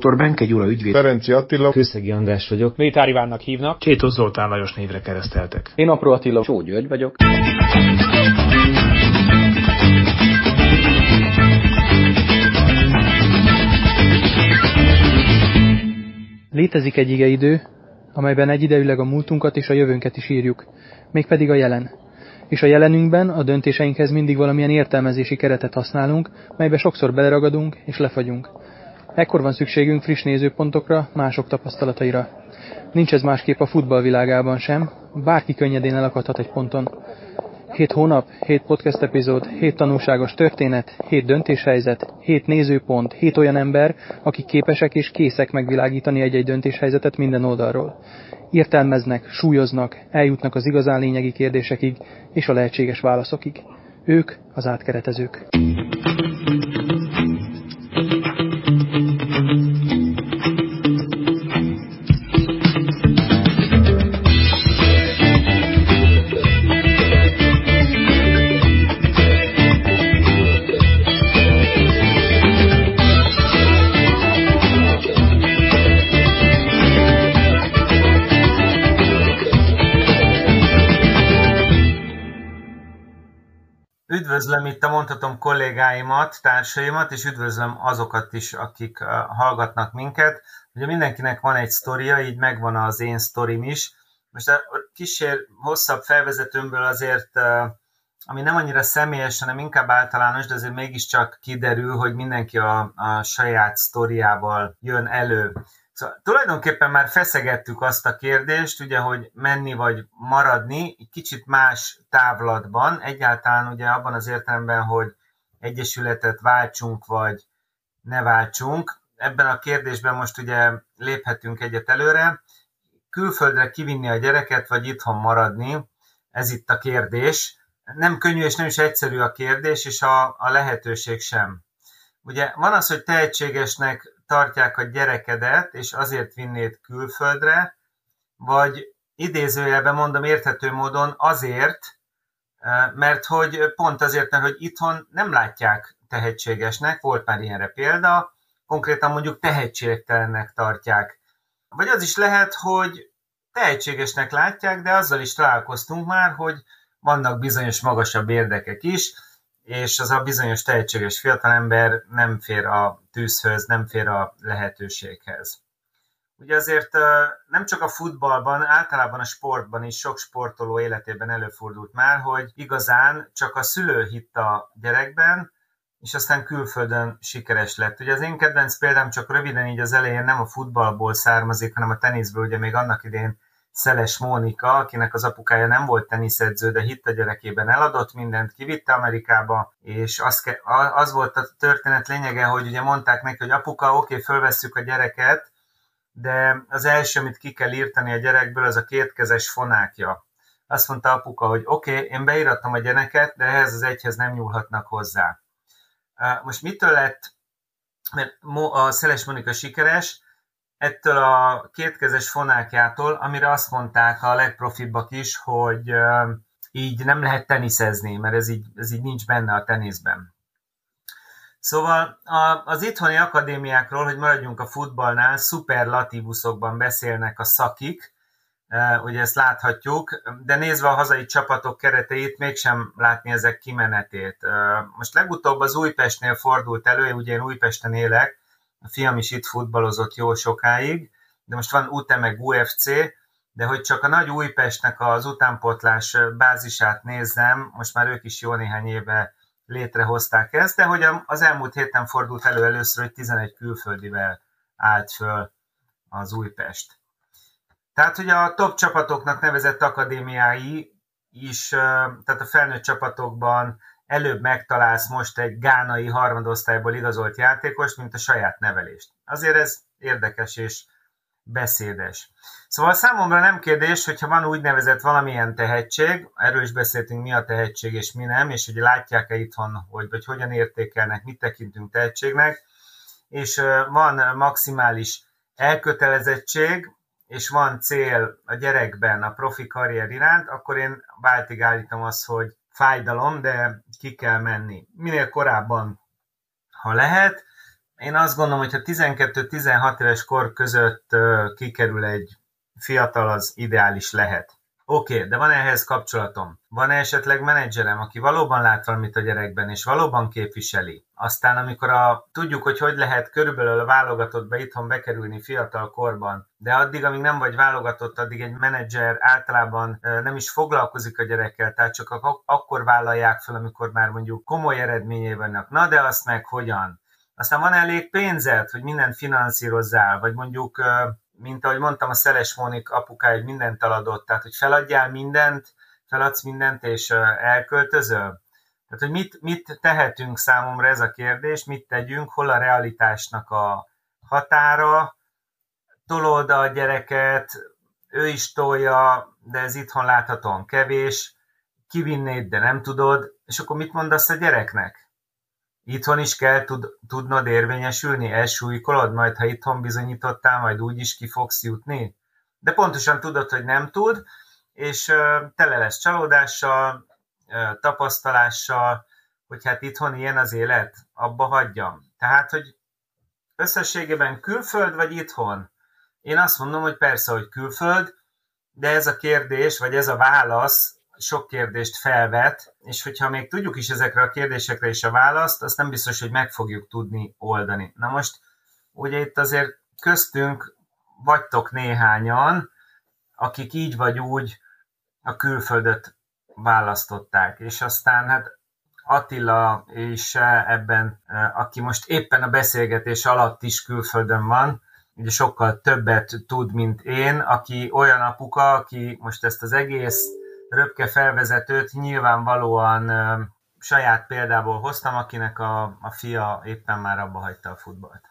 Dr. Benke Gyula ügyvéd. Ferenci Attila. Kőszegi András vagyok. Métár Ivánnak hívnak. Csétos Zoltán Lajos névre kereszteltek. Én Apró Attila. Só György vagyok. Létezik egy igeidő, amelyben egyidejűleg a múltunkat és a jövőnket is írjuk, mégpedig a jelen. És a jelenünkben a döntéseinkhez mindig valamilyen értelmezési keretet használunk, melybe sokszor beleragadunk és lefagyunk. Ekkor van szükségünk friss nézőpontokra, mások tapasztalataira. Nincs ez másképp a futball világában sem, bárki könnyedén elakadhat egy ponton. 7 hónap, 7 podcast epizód, 7 tanulságos történet, 7 döntéshelyzet, 7 nézőpont, 7 olyan ember, akik képesek és készek megvilágítani egy-egy döntéshelyzetet minden oldalról. Értelmeznek, súlyoznak, eljutnak az igazán lényegi kérdésekig és a lehetséges válaszokig. Ők az átkeretezők. Üdvözlöm itt a mondhatom kollégáimat, társaimat, és üdvözlöm azokat is, akik hallgatnak minket. Ugye mindenkinek van egy sztoria, így megvan az én sztorim is. Most a kicsit hosszabb felvezetőmből azért, ami nem annyira személyes, hanem inkább általános, de azért mégiscsak kiderül, hogy mindenki a saját sztoriával jön elő. Szóval tulajdonképpen már feszegettük azt a kérdést, ugye, hogy menni vagy maradni, egy kicsit más távlatban, egyáltalán ugye abban az értelemben, hogy egyesületet váltsunk, vagy ne váltsunk. Ebben a kérdésben most ugye léphetünk egyet előre. Külföldre kivinni a gyereket, vagy itthon maradni, ez itt a kérdés. Nem könnyű és nem is egyszerű a kérdés, és a lehetőség sem. Ugye van az, hogy tehetségesnek tartják a gyerekedet, és azért vinnéd külföldre, vagy idézőjelben mondom érthető módon azért, mert hogy pont azért, mert hogy itthon nem látják tehetségesnek, volt már ilyenre példa, konkrétan mondjuk tehetségtelennek tartják. Vagy az is lehet, hogy tehetségesnek látják, de azzal is találkoztunk már, hogy vannak bizonyos magasabb érdekek is, és az a bizonyos tehetséges fiatalember nem fér a tűzhöz, nem fér a lehetőséghez. Ugye azért nem csak a futballban, általában a sportban is sok sportoló életében előfordult már, hogy igazán csak a szülő hitt a gyerekben, és aztán külföldön sikeres lett. Ugye az én kedvenc példám csak röviden így az elején nem a futballból származik, hanem a teniszből, ugye még annak idején Szeles Mónika, akinek az apukája nem volt teniszedző, de hitt a gyerekében, eladott mindent, kivitte Amerikába, és az volt a történet lényege, hogy ugye mondták neki, hogy apuka, oké, fölvesszük a gyereket, de az első, amit ki kell írtani a gyerekből, az a kétkezes fonákja. Azt mondta apuka, hogy oké, én beírattam a gyereket, de ehhez az egyhez nem nyúlhatnak hozzá. Most mitől lett, mert a Szeles Mónika sikeres, ettől a kétkezes fonákjától, amire azt mondták a legprofibbak is, hogy így nem lehet teniszezni, mert ez így nincs benne a teniszben. Szóval az itthoni akadémiákról, hogy maradjunk a futballnál, szuperlatívuszokban beszélnek a szakik, ugye ezt láthatjuk, de nézve a hazai csapatok kereteit, mégsem látni ezek kimenetét. Most legutóbb az Újpestnél fordult elő, ugye én Újpesten élek, a fiam is itt futballozott jó sokáig, de most van UTE meg UFC, de hogy csak a nagy Újpestnek az utánpótlás bázisát nézzem, most már ők is jó néhány éve létrehozták ezt, de hogy az elmúlt héten fordult elő először, hogy 11 külföldivel állt föl az Újpest. Tehát, hogy a top csapatoknak nevezett akadémiái is, tehát a felnőtt csapatokban előbb megtalálsz most egy gánai harmadosztályból igazolt játékost, mint a saját nevelést. Azért ez érdekes és beszédes. Szóval számomra nem kérdés, hogyha van úgynevezett valamilyen tehetség, erről is beszéltünk, mi a tehetség és mi nem, és hogy látják-e itthon, vagy hogyan értékelnek, mit tekintünk tehetségnek, és van maximális elkötelezettség, és van cél a gyerekben a profi karrier iránt, akkor én váltig állítom azt, hogy fájdalom, de ki kell menni. Minél korábban, ha lehet. Én azt gondolom, hogy ha 12-16 éves kor között kikerül egy fiatal, az ideális lehet. Oké, de van ehhez kapcsolatom? Van esetleg menedzserem, aki valóban lát valamit a gyerekben, és valóban képviseli? Aztán amikor tudjuk, hogy lehet körülbelül a válogatottba itthon bekerülni fiatal korban, de addig, amíg nem vagy válogatott, addig egy menedzser általában nem is foglalkozik a gyerekkel, tehát csak akkor vállalják fel, amikor már mondjuk komoly eredményei vannak. Na de azt meg hogyan? Aztán van elég pénzed, hogy mindent finanszírozzál, vagy mondjuk, mint ahogy mondtam, a Szeles Mónik apukája mindent eladott, tehát hogy feladsz mindent, és elköltözöl. Tehát, hogy mit tehetünk, számomra ez a kérdés, mit tegyünk, hol a realitásnak a határa, tolod a gyereket, ő is tolja, de ez itthon láthatóan kevés, kivinnéd, de nem tudod, és akkor mit mondasz a gyereknek? Itthon is kell tudnod érvényesülni, elsúlykolod, majd ha itthon bizonyítottál, majd úgy is ki fogsz jutni. De pontosan tudod, hogy nem tud, és tele lesz csalódással, tapasztalással, hogy hát itthon ilyen az élet, abba hagyjam. Tehát, hogy összességében külföld vagy itthon? Én azt mondom, hogy persze, hogy külföld, de ez a kérdés, vagy ez a válasz sok kérdést felvet, és hogyha még tudjuk is ezekre a kérdésekre is a választ, azt nem biztos, hogy meg fogjuk tudni oldani. Na most, ugye itt azért köztünk vagytok néhányan, akik így vagy úgy a külföldöt választották, és aztán hát Attila is ebben, aki most éppen a beszélgetés alatt is külföldön van, ugye sokkal többet tud, mint én, aki olyan apuka, aki most ezt az egész röpke felvezetőt nyilvánvalóan saját példából hoztam, akinek a fia éppen már abba hagyta a futballt.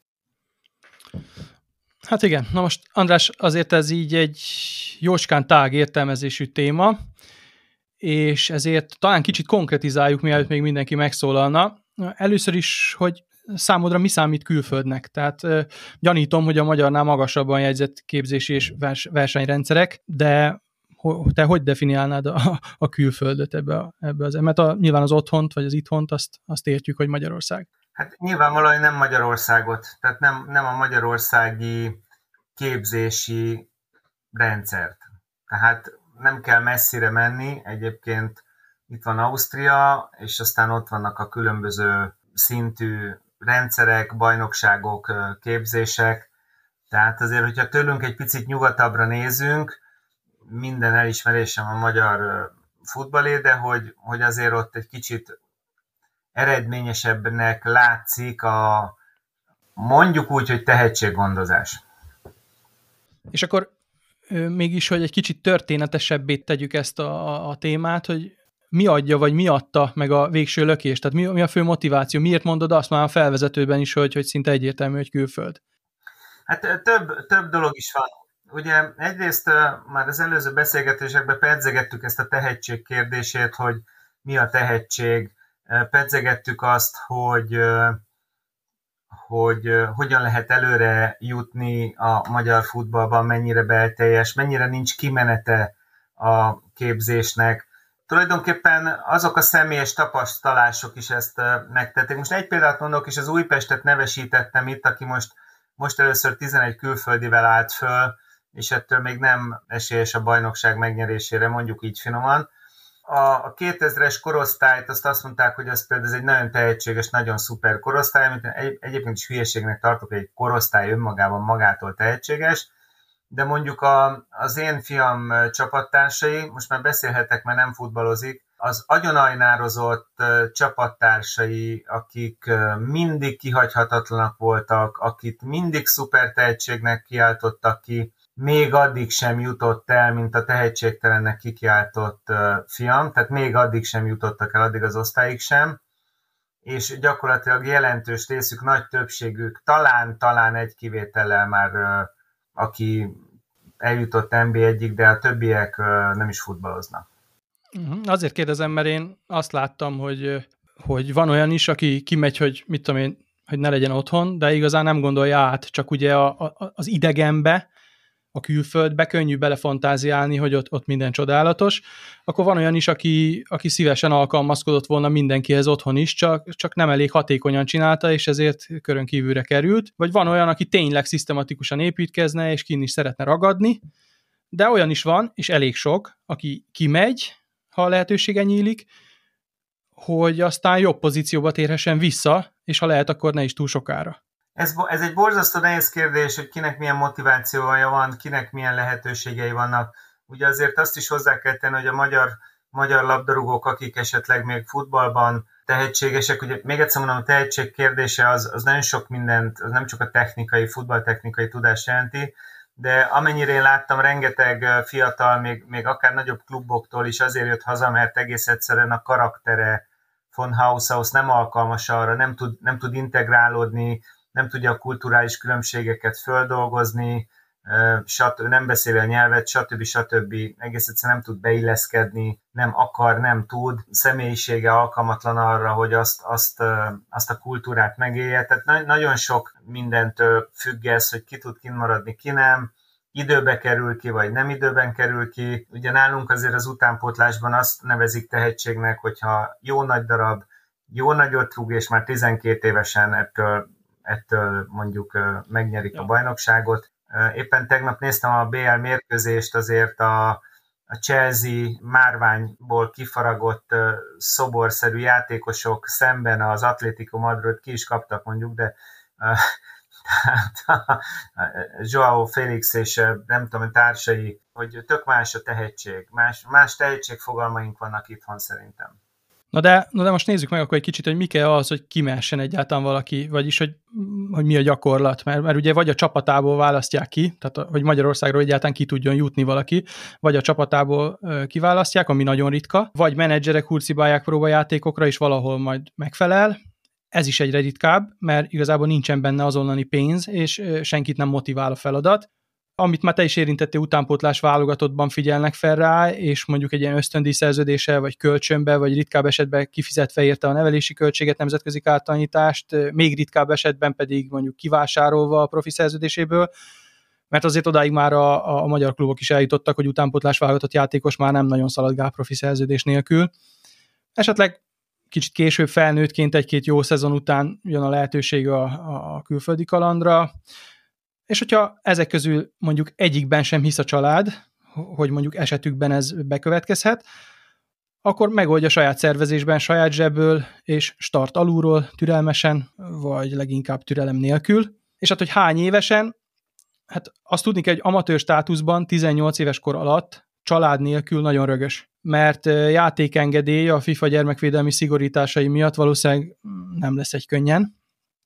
Hát igen, na most András, azért ez így egy jócskán tág értelmezésű téma, és ezért talán kicsit konkretizáljuk, mielőtt még mindenki megszólalna. Először is, hogy számodra mi számít külföldnek? Tehát gyanítom, hogy a magyarnál magasabban jegyzett képzési és versenyrendszerek, de te hogy definiálnád a külföldöt ebbe az? Mert nyilván az otthont, vagy az itthont, azt értjük, hogy Magyarország. Hát nyilvánvalóan nem Magyarországot, tehát nem a magyarországi képzési rendszert. Tehát nem kell messzire menni, egyébként itt van Ausztria, és aztán ott vannak a különböző szintű rendszerek, bajnokságok, képzések. Tehát azért, hogyha tőlünk egy picit nyugatabbra nézünk, minden elismerésem a magyar futballé, de hogy azért ott egy kicsit eredményesebbnek látszik mondjuk úgy, hogy tehetséggondozás. És akkor mégis, hogy egy kicsit történetesebbé tegyük ezt a témát, hogy mi adja, vagy mi adta meg a végső lökést? Tehát mi a fő motiváció? Miért mondod azt már a felvezetőben is, hogy szinte egyértelmű, hogy külföld? Hát több dolog is van. Ugye egyrészt már az előző beszélgetésekben pedzegettük ezt a tehetség kérdését, hogy mi a tehetség, pedzegettük azt, hogy hogyan lehet előre jutni a magyar futballban, mennyire belteljes, mennyire nincs kimenete a képzésnek. Tulajdonképpen azok a személyes tapasztalások is ezt megtették. Most egy példát mondok, és az Újpestet nevesítettem itt, aki most először 11 külföldivel állt föl, és ettől még nem esélyes a bajnokság megnyerésére, mondjuk így finoman. A 2000-es korosztályt azt mondták, hogy az például ez egy nagyon tehetséges, nagyon szuper korosztály, amit egyébként is hülyeségnek tartok, hogy egy korosztály önmagában magától tehetséges, de mondjuk az én fiam csapattársai, most már beszélhetek, mert nem futballozik, az agyonajnározott csapattársai, akik mindig kihagyhatatlanak voltak, akit mindig szuper tehetségnek kiáltottak ki, még addig sem jutott el, mint a tehetségtelennek kikiáltott fiam, tehát még addig sem jutottak el, addig az osztályig sem, és gyakorlatilag jelentős részük, nagy többségük, talán egy kivétellel már, aki eljutott NB1-ig, de a többiek nem is futballoznak. Azért kérdezem, mert én azt láttam, hogy van olyan is, aki kimegy, hogy mit tudom én, hogy ne legyen otthon, de igazán nem gondolja át, csak ugye az idegenbe, a külföldbe, könnyű belefantáziálni, hogy ott minden csodálatos, akkor van olyan is, aki szívesen alkalmazkodott volna mindenkihez otthon is, csak nem elég hatékonyan csinálta, és ezért körön kívülre került. Vagy van olyan, aki tényleg szisztematikusan építkezne, és kinn is szeretne ragadni, de olyan is van, és elég sok, aki kimegy, ha a lehetősége nyílik, hogy aztán jobb pozícióba térhessen vissza, és ha lehet, akkor ne is túl sokára. Ez egy borzasztó nehéz kérdés, hogy kinek milyen motivációja van, kinek milyen lehetőségei vannak. Ugye azért azt is hozzá kell tenni, hogy a magyar labdarúgók, akik esetleg még futballban tehetségesek, ugye még egyszer mondom, a tehetség kérdése az nagyon sok mindent, az nem csak a futballtechnikai tudás jelenti, de amennyire én láttam, rengeteg fiatal, még akár nagyobb kluboktól is azért jött haza, mert egész egyszerűen a karaktere von Haushaus nem alkalmas arra, nem tud integrálódni, nem tudja a kulturális különbségeket földolgozni, nem beszéli a nyelvet, stb. Egész egyszerűen nem tud beilleszkedni, nem akar, nem tud, személyisége alkalmatlan arra, hogy azt a kultúrát megélje. Tehát nagyon sok mindentől függ ez, hogy ki tud kint maradni, ki nem, időbe kerül ki, vagy nem időben kerül ki. Ugye nálunk azért az utánpótlásban azt nevezik tehetségnek, hogyha jó nagy darab, jó nagyot rúg, és már 12 évesen ettől mondjuk megnyerik a bajnokságot. Éppen tegnap néztem a BL mérkőzést, azért a Chelsea márványból kifaragott szoborszerű játékosok szemben az Atlético Madrid ki is kaptak mondjuk, de Joao Félix és nem tudom, társai, hogy tök más a tehetség, más tehetségfogalmaink vannak itthon szerintem. Na de most nézzük meg akkor egy kicsit, hogy mi kell az, hogy kimehessen egyáltalán valaki, vagyis hogy mi a gyakorlat, mert ugye vagy a csapatából választják ki, tehát hogy Magyarországról egyáltalán ki tudjon jutni valaki, vagy a csapatából kiválasztják, ami nagyon ritka, vagy menedzserek hurcibálják próbajátékokra, és valahol majd megfelel. Ez is egyre ritkább, mert igazából nincsen benne azonnali pénz, és senkit nem motivál a feladat. Amit már te is érintettél, utánpótlás válogatottban figyelnek fel rá, és mondjuk egy ilyen ösztöndíjszerződéssel, vagy kölcsönbe, vagy ritkább esetben kifizetve érte a nevelési költséget, nemzetközi kártalanítást, még ritkább esetben pedig mondjuk kivásárolva a profi szerződéséből, mert azért odáig már a magyar klubok is eljutottak, hogy utánpótlás válogatott játékos már nem nagyon szaladgál profi szerződés nélkül. Esetleg kicsit később felnőttként egy-két jó szezon után jön a lehetőség a külföldi kalandra, és hogyha ezek közül mondjuk egyikben sem hisz a család, hogy mondjuk esetükben ez bekövetkezhet, akkor megoldja saját szervezésben, saját zsebből, és start alulról türelmesen, vagy leginkább türelem nélkül. És hát, hogy hány évesen, hát azt tudni kell, hogy amatőr státuszban 18 éves kor alatt család nélkül nagyon rögös, mert játékengedély a FIFA gyermekvédelmi szigorításai miatt valószínűleg nem lesz egy könnyen.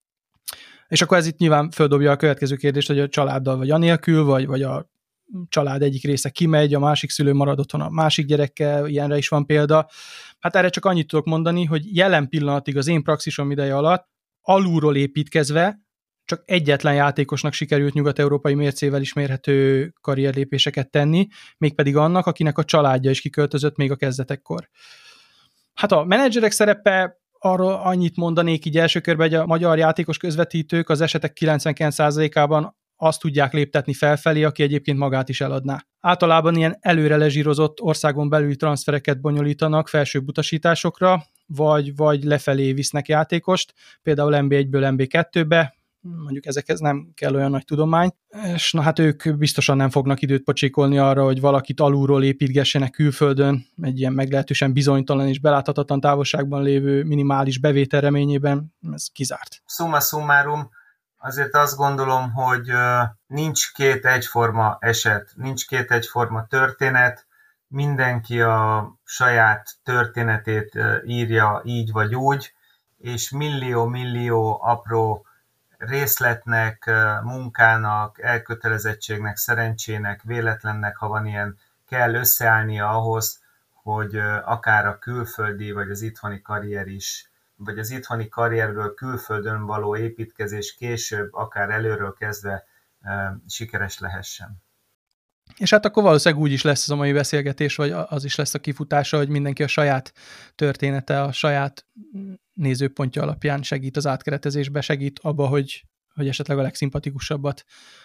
És akkor ez itt nyilván földobja a következő kérdést, hogy a családdal vagy anélkül, vagy a család egyik része kimegy, a másik szülő marad otthon a másik gyerekkel, ilyenre is van példa. Hát erre csak annyit tudok mondani, hogy jelen pillanatig az én praxisom ideje alatt alulról építkezve csak egyetlen játékosnak sikerült nyugat-európai mércével is mérhető karrierlépéseket tenni, mégpedig annak, akinek a családja is kiköltözött még a kezdetekkor. Hát a menedzserek szerepe, arról annyit mondanék így első körben, hogy a magyar játékos közvetítők az esetek 99%-ában azt tudják léptetni felfelé, aki egyébként magát is eladná. Általában ilyen előre lezsírozott országon belüli transfereket bonyolítanak felsőbb utasításokra, vagy lefelé visznek játékost, például NB1-ből NB2-be, mondjuk ezekhez nem kell olyan nagy tudomány, és na hát ők biztosan nem fognak időt pocsékolni arra, hogy valakit alulról építgessenek külföldön, egy ilyen meglehetősen bizonytalan és beláthatatlan távolságban lévő minimális bevétel reményében, ez kizárt. Summa summarum, azért azt gondolom, hogy nincs két egyforma eset, nincs két egyforma történet, mindenki a saját történetét írja így vagy úgy, és millió apró részletnek, munkának, elkötelezettségnek, szerencsének, véletlennek, ha van ilyen, kell összeállnia ahhoz, hogy akár a külföldi, vagy az itthoni karrier is, vagy az itthoni karrierről külföldön való építkezés később, akár előről kezdve sikeres lehessen. És hát akkor valószínűleg úgy is lesz ez a mai beszélgetés, vagy az is lesz a kifutása, hogy mindenki a saját története, a saját nézőpontja alapján segít az átkeretezésbe, segít abba, hogy esetleg a legszimpatikusabbat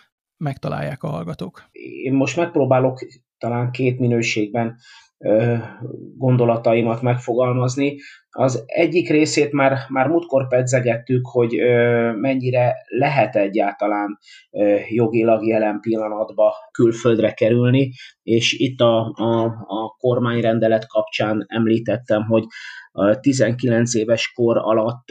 megtalálják a hallgatók? Én most megpróbálok talán két minőségben gondolataimat megfogalmazni. Az egyik részét már múltkor pedzegettük, hogy mennyire lehet egyáltalán jogilag jelen pillanatban külföldre kerülni, és itt a kormányrendelet kapcsán említettem, hogy 19 éves kor alatt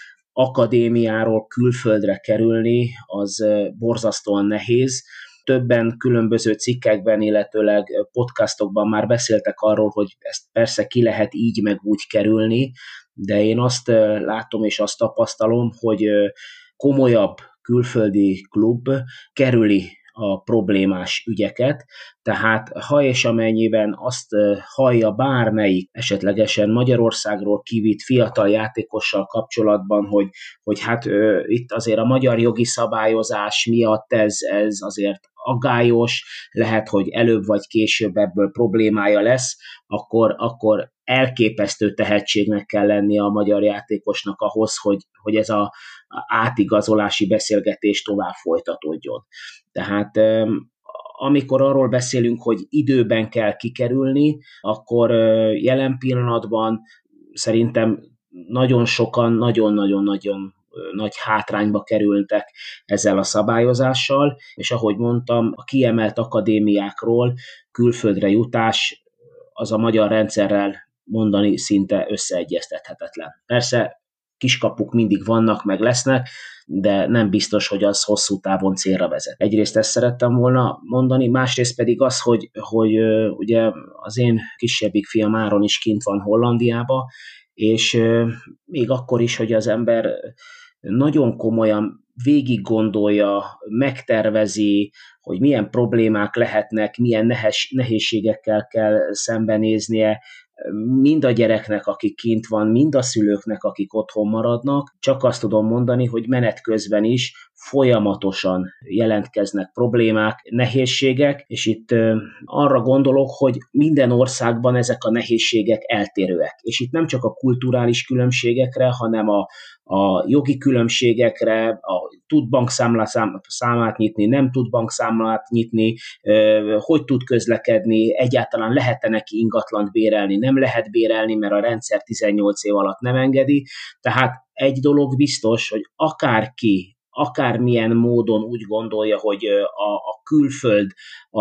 akadémiáról külföldre kerülni, az borzasztóan nehéz. Többen különböző cikkekben, illetőleg podcastokban már beszéltek arról, hogy ezt persze ki lehet így meg úgy kerülni, de én azt látom és azt tapasztalom, hogy komolyabb külföldi klub kerüli a problémás ügyeket, tehát ha és amennyiben azt hallja bármelyik esetlegesen Magyarországról kivitt fiatal játékossal kapcsolatban, hogy hát itt azért a magyar jogi szabályozás miatt ez azért aggályos, lehet, hogy előbb vagy később ebből problémája lesz, akkor elképesztő tehetségnek kell lennie a magyar játékosnak ahhoz, hogy ez az átigazolási beszélgetés tovább folytatódjon. Tehát amikor arról beszélünk, hogy időben kell kikerülni, akkor jelen pillanatban szerintem nagyon sokan nagyon-nagyon-nagyon nagy hátrányba kerültek ezzel a szabályozással, és ahogy mondtam, a kiemelt akadémiákról külföldre jutás az a magyar rendszerrel mondani szinte összeegyeztethetetlen. Persze kiskapuk mindig vannak, meg lesznek, de nem biztos, hogy az hosszú távon célra vezet. Egyrészt ezt szerettem volna mondani, másrészt pedig az, hogy ugye az én kisebbik fiam Áron is kint van Hollandiába, és még akkor is, hogy az ember nagyon komolyan végig gondolja, megtervezi, hogy milyen problémák lehetnek, milyen nehézségekkel kell szembenéznie, mind a gyereknek, aki kint van, mind a szülőknek, akik otthon maradnak. Csak azt tudom mondani, hogy menet közben is folyamatosan jelentkeznek problémák, nehézségek, és itt arra gondolok, hogy minden országban ezek a nehézségek eltérőek. És itt nem csak a kulturális különbségekre, hanem a jogi különbségekre, tud bankszámlát nyitni, nem tud bankszámlát nyitni, hogy tud közlekedni, egyáltalán lehet-e neki ingatlant bérelni, nem lehet bérelni, mert a rendszer 18 év alatt nem engedi. Tehát egy dolog biztos, hogy akárki, akármilyen módon úgy gondolja, hogy a külföld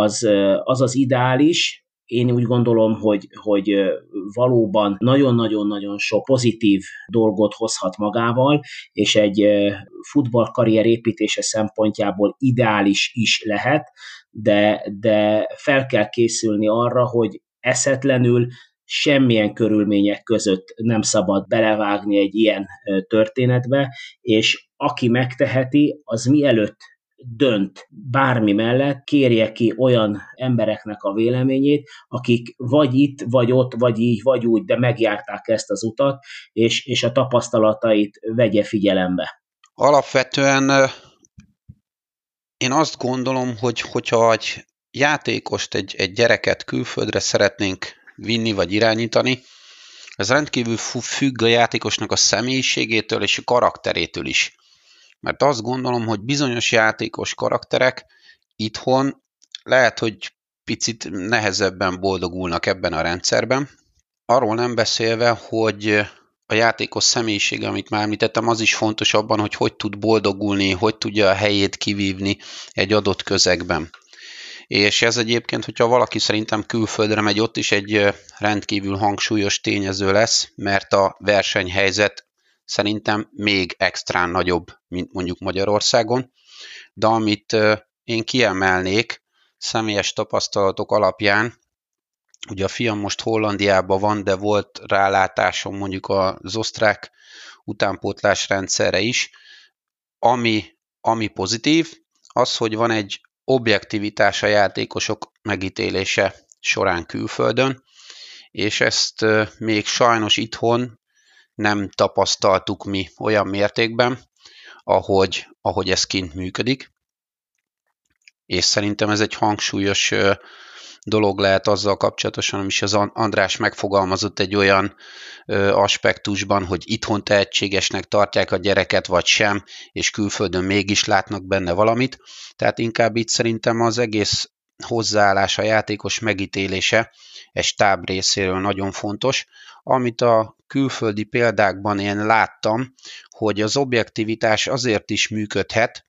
az ideális, én úgy gondolom, hogy valóban nagyon-nagyon-nagyon sok pozitív dolgot hozhat magával, és egy futballkarrier építése szempontjából ideális is lehet, de fel kell készülni arra, hogy eszetlenül semmilyen körülmények között nem szabad belevágni egy ilyen történetbe, és aki megteheti, az mielőtt dönt bármi mellett, kérje ki olyan embereknek a véleményét, akik vagy itt, vagy ott, vagy így, vagy úgy, de megjárták ezt az utat, és a tapasztalatait vegye figyelembe. Alapvetően én azt gondolom, hogyha egy játékost, egy gyereket külföldre szeretnénk vinni vagy irányítani, ez rendkívül függ a játékosnak a személyiségétől és a karakterétől is. Mert azt gondolom, hogy bizonyos játékos karakterek itthon lehet, hogy picit nehezebben boldogulnak ebben a rendszerben. Arról nem beszélve, hogy a játékos személyisége, amit már említettem, az is fontos abban, hogy tud boldogulni, hogy tudja a helyét kivívni egy adott közegben. És ez egyébként, hogyha valaki szerintem külföldre megy, ott is egy rendkívül hangsúlyos tényező lesz, mert a versenyhelyzet szerintem még extrán nagyobb, mint mondjuk Magyarországon. De amit én kiemelnék személyes tapasztalatok alapján, ugye a fiam most Hollandiában van, de volt rálátásom mondjuk az osztrák utánpótlás rendszerre is. Ami pozitív, az, hogy van egy objektivitás a játékosok megítélése során külföldön, és ezt még sajnos itthon nem tapasztaltuk mi olyan mértékben, ahogy ez kint működik. És szerintem ez egy hangsúlyos dolog lehet azzal kapcsolatosan, is az András megfogalmazott egy olyan aspektusban, hogy itthon tehetségesnek tartják a gyereket, vagy sem, és külföldön mégis látnak benne valamit. Tehát inkább itt szerintem az egész hozzáállás, a játékos megítélése egy stáb részéről nagyon fontos. Amit a külföldi példákban én láttam, hogy az objektivitás azért is működhet,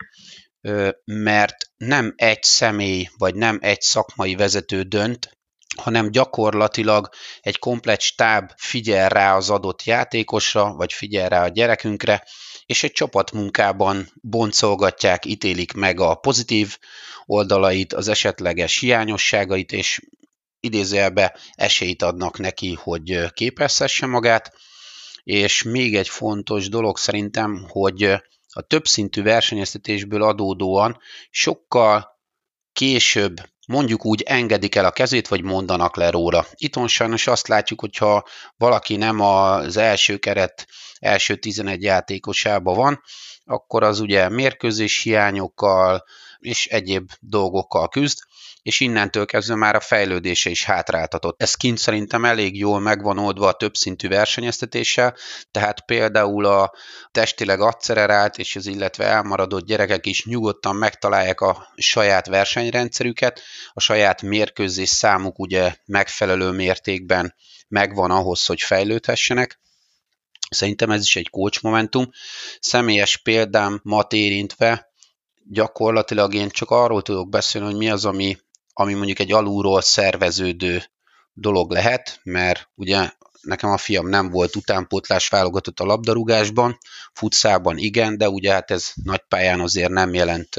mert nem egy személy, vagy nem egy szakmai vezető dönt, hanem gyakorlatilag egy komplett stáb figyel rá az adott játékosra, vagy figyel rá a gyerekünkre, és egy csapatmunkában boncolgatják, ítélik meg a pozitív oldalait, az esetleges hiányosságait, és idézőjelbe esélyt adnak neki, hogy képezhesse magát. És még egy fontos dolog szerintem, hogy a többszintű versenyeztetésből adódóan sokkal később mondjuk úgy engedik el a kezét, vagy mondanak le róla. Itthon sajnos azt látjuk, hogyha valaki nem az első keret, első 11 játékosában van, akkor az ugye mérkőzés hiányokkal és egyéb dolgokkal küzd, és innentől kezdve már a fejlődése is hátráltatott. Ez kint szerintem elég jól megvan oldva a többszintű versenyeztetéssel, tehát például a testileg accererált és az illetve elmaradott gyerekek is nyugodtan megtalálják a saját versenyrendszerüket, a saját mérkőzés számuk ugye megfelelő mértékben megvan ahhoz, hogy fejlődhessenek. Szerintem ez is egy kulcsmomentum. Személyes példámat érintve gyakorlatilag én csak arról tudok beszélni, hogy mi az, ami mondjuk egy alulról szerveződő dolog lehet, mert ugye nekem a fiam nem volt utánpótlás válogatott a labdarúgásban, futszálban igen, de ugye hát ez nagypályán azért nem jelent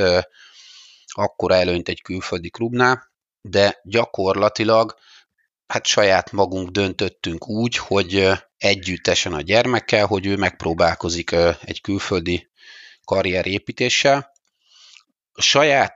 akkora előnyt egy külföldi klubnál, de gyakorlatilag hát saját magunk döntöttünk úgy, hogy együttesen a gyermekkel, hogy ő megpróbálkozik egy külföldi karrierépítéssel. A saját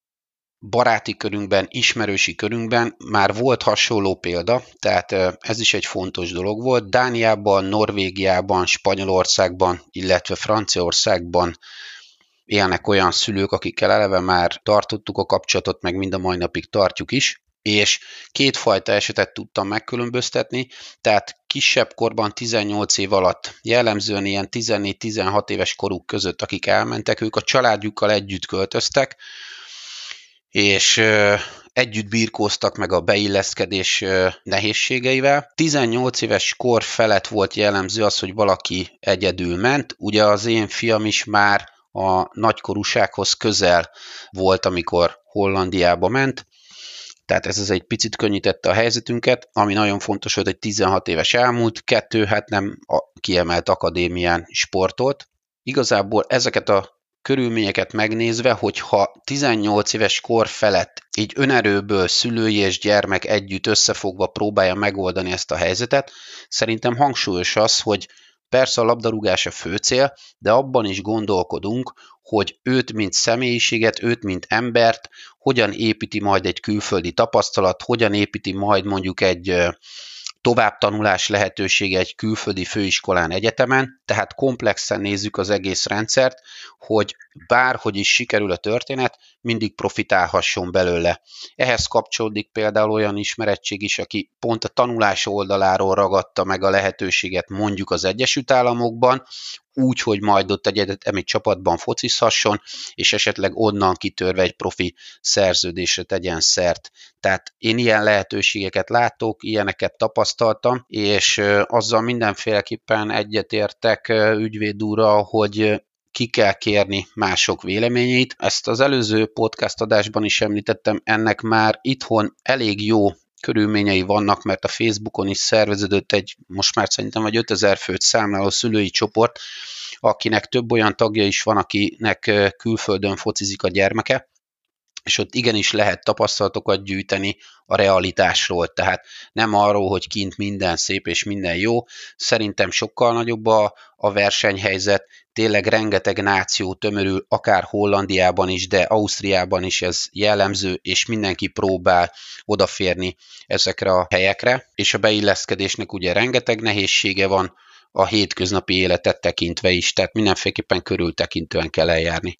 baráti körünkben, ismerősi körünkben már volt hasonló példa, tehát ez is egy fontos dolog volt. Dániában, Norvégiában, Spanyolországban, illetve Franciaországban élnek olyan szülők, akikkel eleve már tartottuk a kapcsolatot, meg mind a mai napig tartjuk is, és kétfajta esetet tudtam megkülönböztetni, tehát kisebb korban 18 év alatt, jellemzően ilyen 14-16 éves koruk között, akik elmentek, ők a családjukkal együtt költöztek, és együtt birkóztak meg a beilleszkedés nehézségeivel. 18 éves kor felett volt jellemző az, hogy valaki egyedül ment. Ugye az én fiam is már a nagykorúsághoz közel volt, amikor Hollandiába ment, tehát ez egy picit könnyítette a helyzetünket, ami nagyon fontos volt, hogy 16 éves elmúlt, 2, hát nem a kiemelt akadémián sportolt. Igazából ezeket a körülményeket megnézve, hogyha 18 éves kor felett így önerőből szülői és gyermek együtt összefogva próbálja megoldani ezt a helyzetet, szerintem hangsúlyos az, hogy persze a labdarúgás a fő cél, de abban is gondolkodunk, hogy őt mint személyiséget, őt mint embert, hogyan építi majd egy külföldi tapasztalat, hogyan építi majd mondjuk egy továbbtanulás lehetősége egy külföldi főiskolán, egyetemen, tehát komplexen nézzük az egész rendszert, hogy bárhogy is sikerül a történet, mindig profitálhasson belőle. Ehhez kapcsolódik például olyan ismerettség is, aki pont a tanulás oldaláról ragadta meg a lehetőséget mondjuk az Egyesült Államokban, úgy, hogy majd ott egy egyetemi csapatban focizhasson, és esetleg onnan kitörve egy profi szerződésre tegyen szert. Tehát én ilyen lehetőségeket látok, ilyeneket tapasztaltam, és azzal mindenféleképpen egyetértek ügyvéd úrral, hogy ki kell kérni mások véleményét. Ezt az előző podcast adásban is említettem, ennek már itthon elég jó körülményei vannak, mert a Facebookon is szerveződött egy, most már szerintem vagy 5000 főt számláló szülői csoport, akinek több olyan tagja is van, akinek külföldön focizik a gyermeke, és ott igenis lehet tapasztalatokat gyűjteni a realitásról, tehát nem arról, hogy kint minden szép és minden jó, szerintem sokkal nagyobb a versenyhelyzet, tényleg rengeteg náció tömörül, akár Hollandiában is, de Ausztriában is ez jellemző, és mindenki próbál odaférni ezekre a helyekre, és a beilleszkedésnek ugye rengeteg nehézsége van a hétköznapi életet tekintve is, tehát mindenféleképpen körültekintően kell eljárni.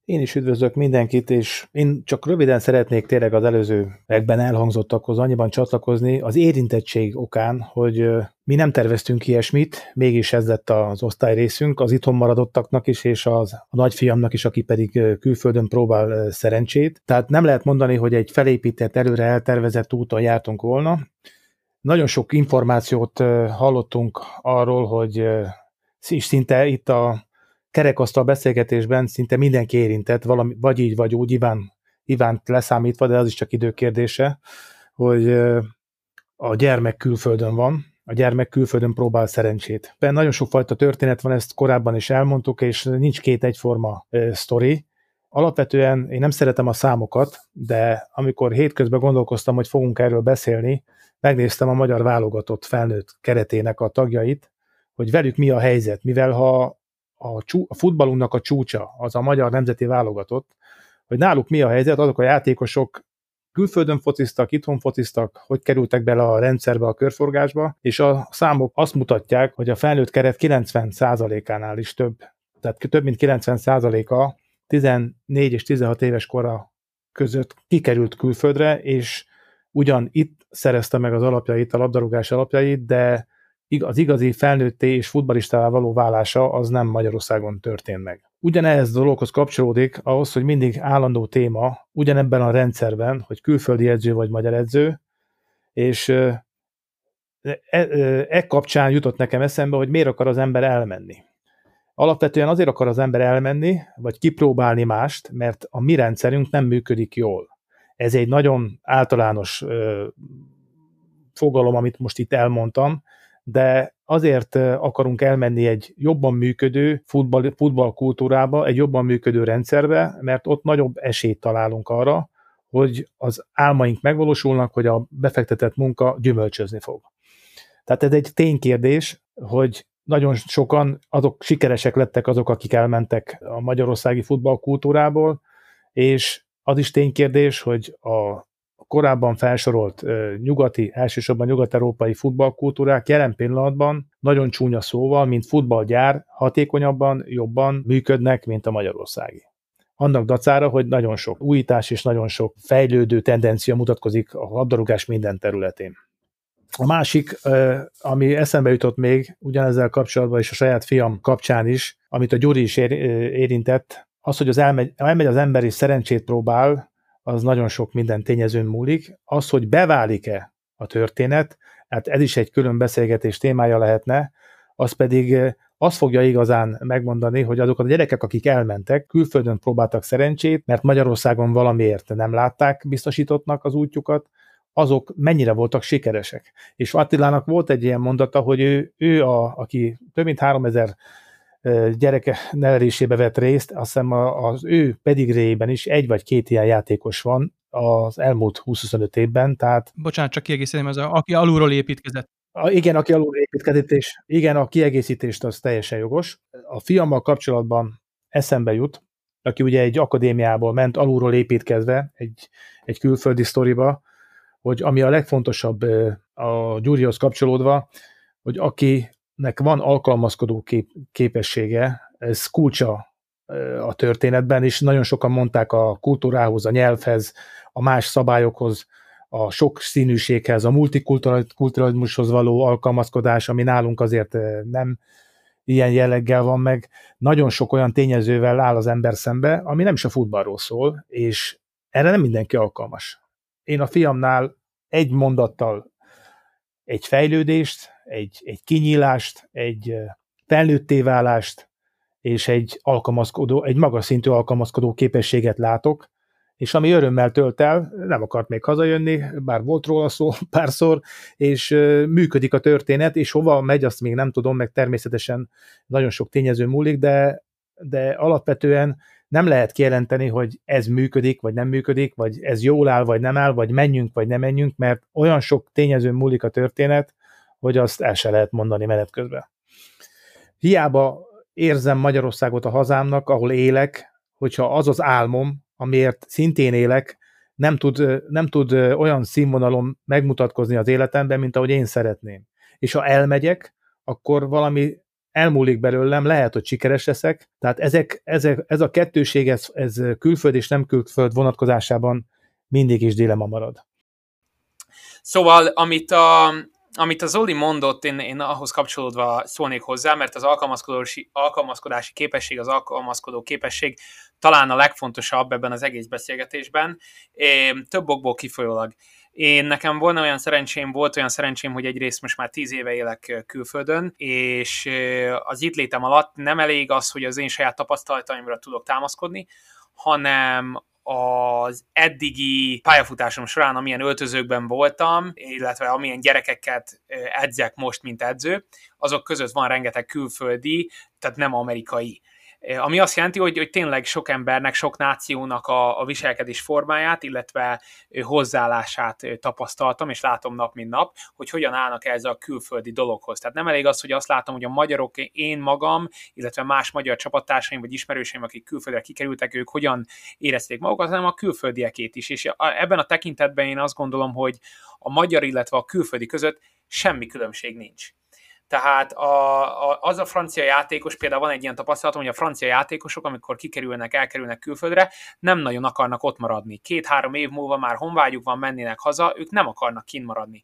Én is üdvözlök mindenkit, és én csak röviden szeretnék tényleg az előzőekben elhangzottakhoz annyiban csatlakozni az érintettség okán, hogy mi nem terveztünk ilyesmit, mégis ez lett az osztályrészünk, az itthon maradottaknak is, és a nagyfiamnak is, aki pedig külföldön próbál szerencsét. Tehát nem lehet mondani, hogy egy felépített, előre eltervezett úton jártunk volna. Nagyon sok információt hallottunk arról, hogy szinte itt a kerekasztal beszélgetésben szinte mindenki érintett, valami, vagy így, vagy úgy, Ivánt leszámítva, de az is csak időkérdése, hogy a gyermek külföldön van, a gyermek külföldön próbál szerencsét. Nagyon sokfajta történet van, ezt korábban is elmondtuk, és nincs két egyforma sztori. Alapvetően én nem szeretem a számokat, de amikor hétközben gondolkoztam, hogy fogunk erről beszélni, megnéztem a magyar válogatott felnőtt keretének a tagjait, hogy velük mi a helyzet, mivel ha a futballunknak a csúcsa, az a magyar nemzeti válogatott, hogy náluk mi a helyzet, azok a játékosok külföldön fociztak, itthon fociztak, hogy kerültek bele a rendszerbe, a körforgásba, és a számok azt mutatják, hogy a felnőtt keret 90%-ánál is több, tehát több mint 90%-a 14 és 16 éves kora között kikerült külföldre, és ugyan itt szerezte meg az alapjait, a labdarúgás alapjait, de az igazi felnőtté és futballistává való válása az nem Magyarországon történt meg. Ugyanehhez a dologhoz kapcsolódik ahhoz, hogy mindig állandó téma ugyanebben a rendszerben, hogy edző vagy magyar edző, és kapcsán jutott nekem eszembe, hogy miért akar az ember elmenni. Alapvetően azért akar az ember elmenni, vagy kipróbálni mást, mert a mi rendszerünk nem működik jól. Ez egy nagyon általános fogalom, amit most itt elmondtam, de azért akarunk elmenni egy jobban működő futballkultúrába, egy jobban működő rendszerbe, mert ott nagyobb esélyt találunk arra, hogy az álmaink megvalósulnak, hogy a befektetett munka gyümölcsözni fog. Tehát ez egy ténykérdés, hogy nagyon sokan azok sikeresek lettek azok, akik elmentek a magyarországi futballkultúrából, és az is ténykérdés, hogy a korábban felsorolt elsősorban nyugat-európai futballkultúrák jelen pillanatban nagyon csúnya szóval, mint futballgyár, hatékonyabban, jobban működnek, mint a magyarországi. Annak dacára, hogy nagyon sok újítás és nagyon sok fejlődő tendencia mutatkozik a labdarúgás minden területén. A másik, ami eszembe jutott még ugyanezzel kapcsolatban, és a saját fiam kapcsán is, amit a Gyuri is érintett, az, hogy elmegy az ember és szerencsét próbál, az nagyon sok minden tényezőn múlik. Az, hogy beválik-e a történet, hát ez is egy külön beszélgetés témája lehetne, az pedig azt fogja igazán megmondani, hogy azok a gyerekek, akik elmentek, külföldön próbáltak szerencsét, mert Magyarországon valamiért nem látták biztosítottnak az útjukat, azok mennyire voltak sikeresek. És Attilának volt egy ilyen mondata, hogy aki több mint 3000 gyereke nevelésébe vett részt, azt hiszem az ő pedigréjében is egy vagy két ilyen játékos van az elmúlt 20-25 évben, tehát... Bocsánat, csak kiegészítem, aki alulról építkezett. Igen, aki alulról építkezett, és igen, a kiegészítést az teljesen jogos. A fiammal kapcsolatban eszembe jut, aki ugye egy akadémiából ment alulról építkezve, egy külföldi sztoriba, hogy ami a legfontosabb a Gyurihoz kapcsolódva, hogy akinek van alkalmazkodó képessége, ez kulcsa a történetben, és nagyon sokan mondták a kultúrához, a nyelvhez, a más szabályokhoz, a sok színűséghez, a multikulturalizmushoz való alkalmazkodás, ami nálunk azért nem ilyen jelleggel van meg, nagyon sok olyan tényezővel áll az ember szembe, ami nem is a futballról szól, és erre nem mindenki alkalmas. Én a fiamnál egy mondattal egy fejlődést, egy kinyílást, egy felnőtté válást, és egy magas szintű alkalmazkodó képességet látok, és ami örömmel tölt el, nem akart még hazajönni, bár volt róla szó párszor, és működik a történet, és hova megy, azt még nem tudom, meg természetesen nagyon sok tényező múlik, de alapvetően nem lehet kijelenteni, hogy ez működik, vagy nem működik, vagy ez jól áll, vagy nem áll, vagy menjünk, vagy nem menjünk, mert olyan sok tényezőn múlik a történet, hogy azt el se lehet mondani menet közben. Hiába érzem Magyarországot a hazámnak, ahol élek, hogyha az az álmom, amiért szintén élek, nem tud olyan színvonalon megmutatkozni az életemben, mint ahogy én szeretném. És ha elmegyek, akkor valami elmúlik belőlem, lehet, hogy sikeres leszek. Tehát ez a kettőség, ez külföld és nem külföld vonatkozásában mindig is dilemma marad. Szóval, amit a Zoli mondott, én ahhoz kapcsolódva szólnék hozzá, mert az alkalmazkodási képesség, az alkalmazkodó képesség talán a legfontosabb ebben az egész beszélgetésben, több okból kifolyólag. Nekem volt olyan szerencsém, hogy egyrészt most már 10 éve élek külföldön, és az itt létem alatt nem elég az, hogy az én saját tapasztalataimra tudok támaszkodni, hanem az eddigi pályafutásom során, amilyen öltözőkben voltam, illetve amilyen gyerekeket edzek most, mint edző, azok között van rengeteg külföldi, tehát nem amerikai. Ami azt jelenti, hogy tényleg sok embernek, sok nációnak a viselkedés formáját, illetve hozzáállását tapasztaltam, és látom nap mint nap, hogy hogyan állnak ez a külföldi dologhoz. Tehát nem elég az, hogy azt látom, hogy a magyarok, én magam, illetve más magyar csapattársaim, vagy ismerőseim, akik külföldre kikerültek, ők hogyan érezték magukat, hanem a külföldiekét is. És ebben a tekintetben én azt gondolom, hogy a magyar, illetve a külföldi között semmi különbség nincs. Tehát az a francia játékos, például van egy ilyen tapasztalatom, hogy a francia játékosok, amikor elkerülnek külföldre, nem nagyon akarnak ott maradni. 2-3 év múlva már honvágyuk van, mennének haza, ők nem akarnak kint maradni.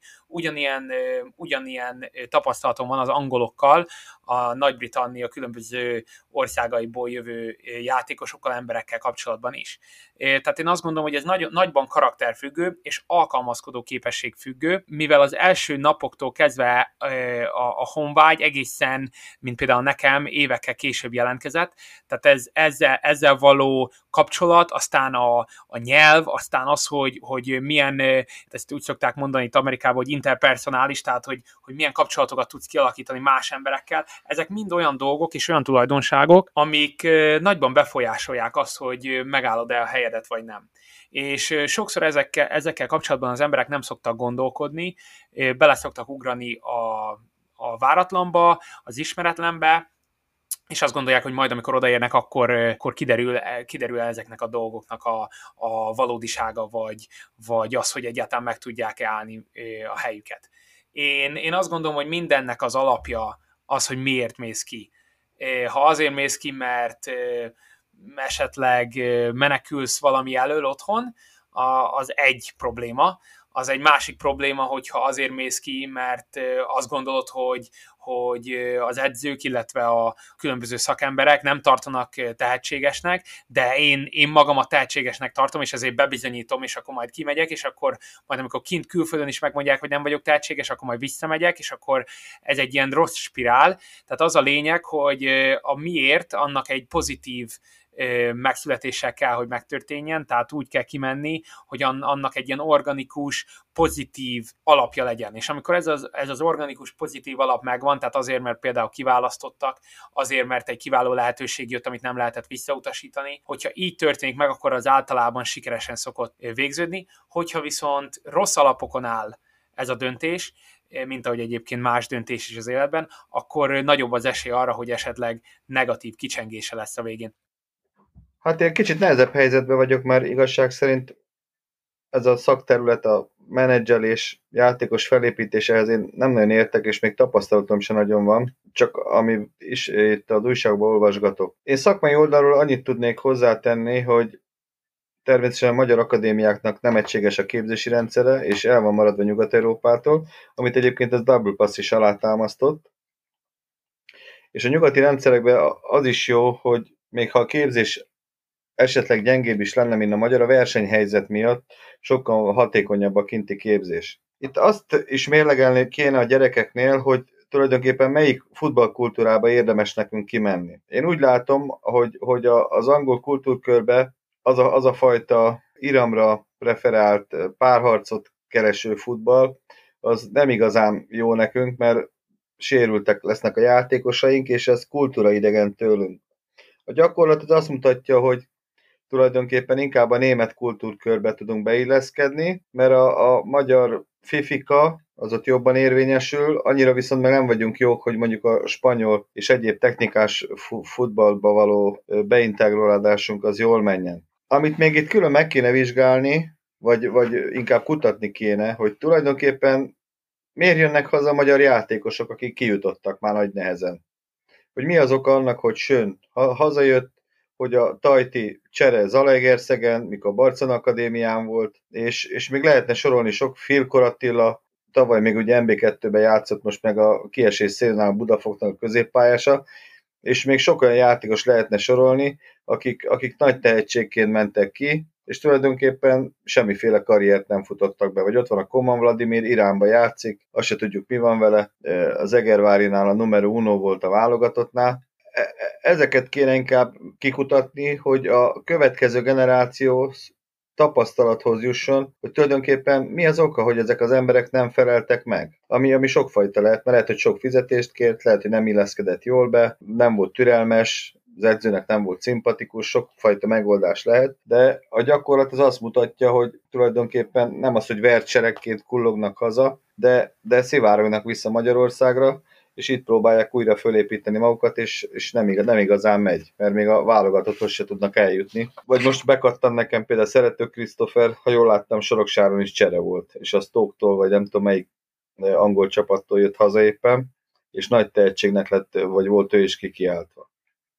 Ugyanilyen tapasztalatom van az angolokkal, a Nagy-Britannia különböző országaiból jövő játékosokkal, emberekkel kapcsolatban is. Tehát én azt gondolom, hogy ez nagyban karakterfüggő és alkalmazkodó képesség függő, mivel az első napoktól kezdve a honvágy egészen, mint például nekem, évekkel később jelentkezett, tehát ezzel való kapcsolat, aztán a nyelv, aztán az, hogy milyen, ezt úgy szokták mondani itt Amerikában, hogy interpersonális, tehát hogy milyen kapcsolatokat tudsz kialakítani más emberekkel, ezek mind olyan dolgok és olyan tulajdonságok, amik nagyban befolyásolják azt, hogy megállod-e a helyedet, vagy nem. És sokszor ezekkel kapcsolatban az emberek nem szoktak gondolkodni, bele szoktak ugrani a váratlanba, az ismeretlenbe, és azt gondolják, hogy majd, amikor odaérnek, akkor kiderül ezeknek a dolgoknak a valódisága, vagy az, hogy egyáltalán meg tudják állni a helyüket. Én azt gondolom, hogy mindennek az alapja az, hogy miért mész ki. Ha azért mész ki, mert esetleg menekülsz valami elől otthon, az egy probléma. Az egy másik probléma, hogyha azért mész ki, mert azt gondolod, hogy az edzők, illetve a különböző szakemberek nem tartanak tehetségesnek, de én magamat tehetségesnek tartom, és ezért bebizonyítom, és akkor majd kimegyek, és akkor majd amikor kint külföldön is megmondják, hogy nem vagyok tehetséges, akkor majd visszamegyek, és akkor ez egy ilyen rossz spirál. Tehát az a lényeg, hogy a miért, annak egy pozitív megszületéssel kell, hogy megtörténjen, tehát úgy kell kimenni, hogy annak egy ilyen organikus, pozitív alapja legyen. És amikor ez az organikus, pozitív alap megvan, tehát azért, mert például kiválasztottak, azért, mert egy kiváló lehetőség jött, amit nem lehetett visszautasítani, hogyha így történik meg, akkor az általában sikeresen szokott végződni, hogyha viszont rossz alapokon áll ez a döntés, mint ahogy egyébként más döntés is az életben, akkor nagyobb az esély arra, hogy esetleg negatív kicsengése lesz a végén. Hát én kicsit nehezebb helyzetben vagyok, mert igazság szerint ez a szakterület, a menedzselés, játékos felépítése, ehhez én nem nagyon értek, és még tapasztalatom sem nagyon van, csak ami is itt az újságban olvasgatok. Én szakmai oldalról annyit tudnék hozzátenni, hogy természetesen a magyar akadémiáknak nem egységes a képzési rendszere, és el van maradva Nyugat-Európától, amit egyébként ez Double Pass is alátámasztott. És a nyugati rendszerekben az is jó, hogy még ha a képzés esetleg gyengébb is lenne, mint a magyar, a versenyhelyzet miatt sokkal hatékonyabb a kinti képzés. Itt azt is mérlegelni kéne a gyerekeknél, hogy tulajdonképpen melyik futballkultúrába érdemes nekünk kimenni. Én úgy látom, hogy az angol kultúrkörbe az a fajta iramra preferált párharcot kereső futball, az nem igazán jó nekünk, mert sérültek lesznek a játékosaink, és ez kultúraidegen tőlünk. A gyakorlat az azt mutatja, hogy tulajdonképpen inkább a német kultúrkörbe tudunk beilleszkedni, mert a magyar fifika az ott jobban érvényesül, annyira viszont meg nem vagyunk jók, hogy mondjuk a spanyol és egyéb technikás futballba való beintegrálódásunk az jól menjen. Amit még itt külön meg kéne vizsgálni, vagy inkább kutatni kéne, hogy tulajdonképpen miért jönnek haza a magyar játékosok, akik kijutottak már nagy nehezen. hogy mi az oka annak, hogy Schön hazajött, hogy a Tajti csere Zalaegerszegen, mikor a Barcana Akadémián volt, és még lehetne sorolni sok, Filkor Attila, tavaly még ugye MB2-ben játszott, most meg a kiesés szélnál a Budafoknak a középpályása, és még sok olyan játékos lehetne sorolni, akik nagy tehetségként mentek ki, és tulajdonképpen semmiféle karriert nem futottak be. Vagy ott van a Koman Vladimir, Iránba játszik, azt se tudjuk, mi van vele, az Egervárinál a numero uno volt a válogatottnál. Ezeket kéne inkább kikutatni, hogy a következő generáció tapasztalathoz jusson, hogy tulajdonképpen mi az oka, hogy ezek az emberek nem feleltek meg. Ami sokfajta lehet, mert lehet, hogy sok fizetést kért, lehet, hogy nem illeszkedett jól be, nem volt türelmes, az edzőnek nem volt szimpatikus, sokfajta megoldás lehet, de a gyakorlat az azt mutatja, hogy tulajdonképpen nem az, hogy vertserekként kullognak haza, de szivárognak vissza Magyarországra, és itt próbálják újra fölépíteni magukat, és nem igazán megy, mert még a válogatotthoz se tudnak eljutni. Vagy most bekattan nekem például Szerető Krisztófer, ha jól láttam, Soroksáron is csere volt, és a Stoke-tól, vagy nem tudom melyik angol csapattól jött haza éppen, és nagy tehetségnek lett, vagy volt ő is kikiáltva.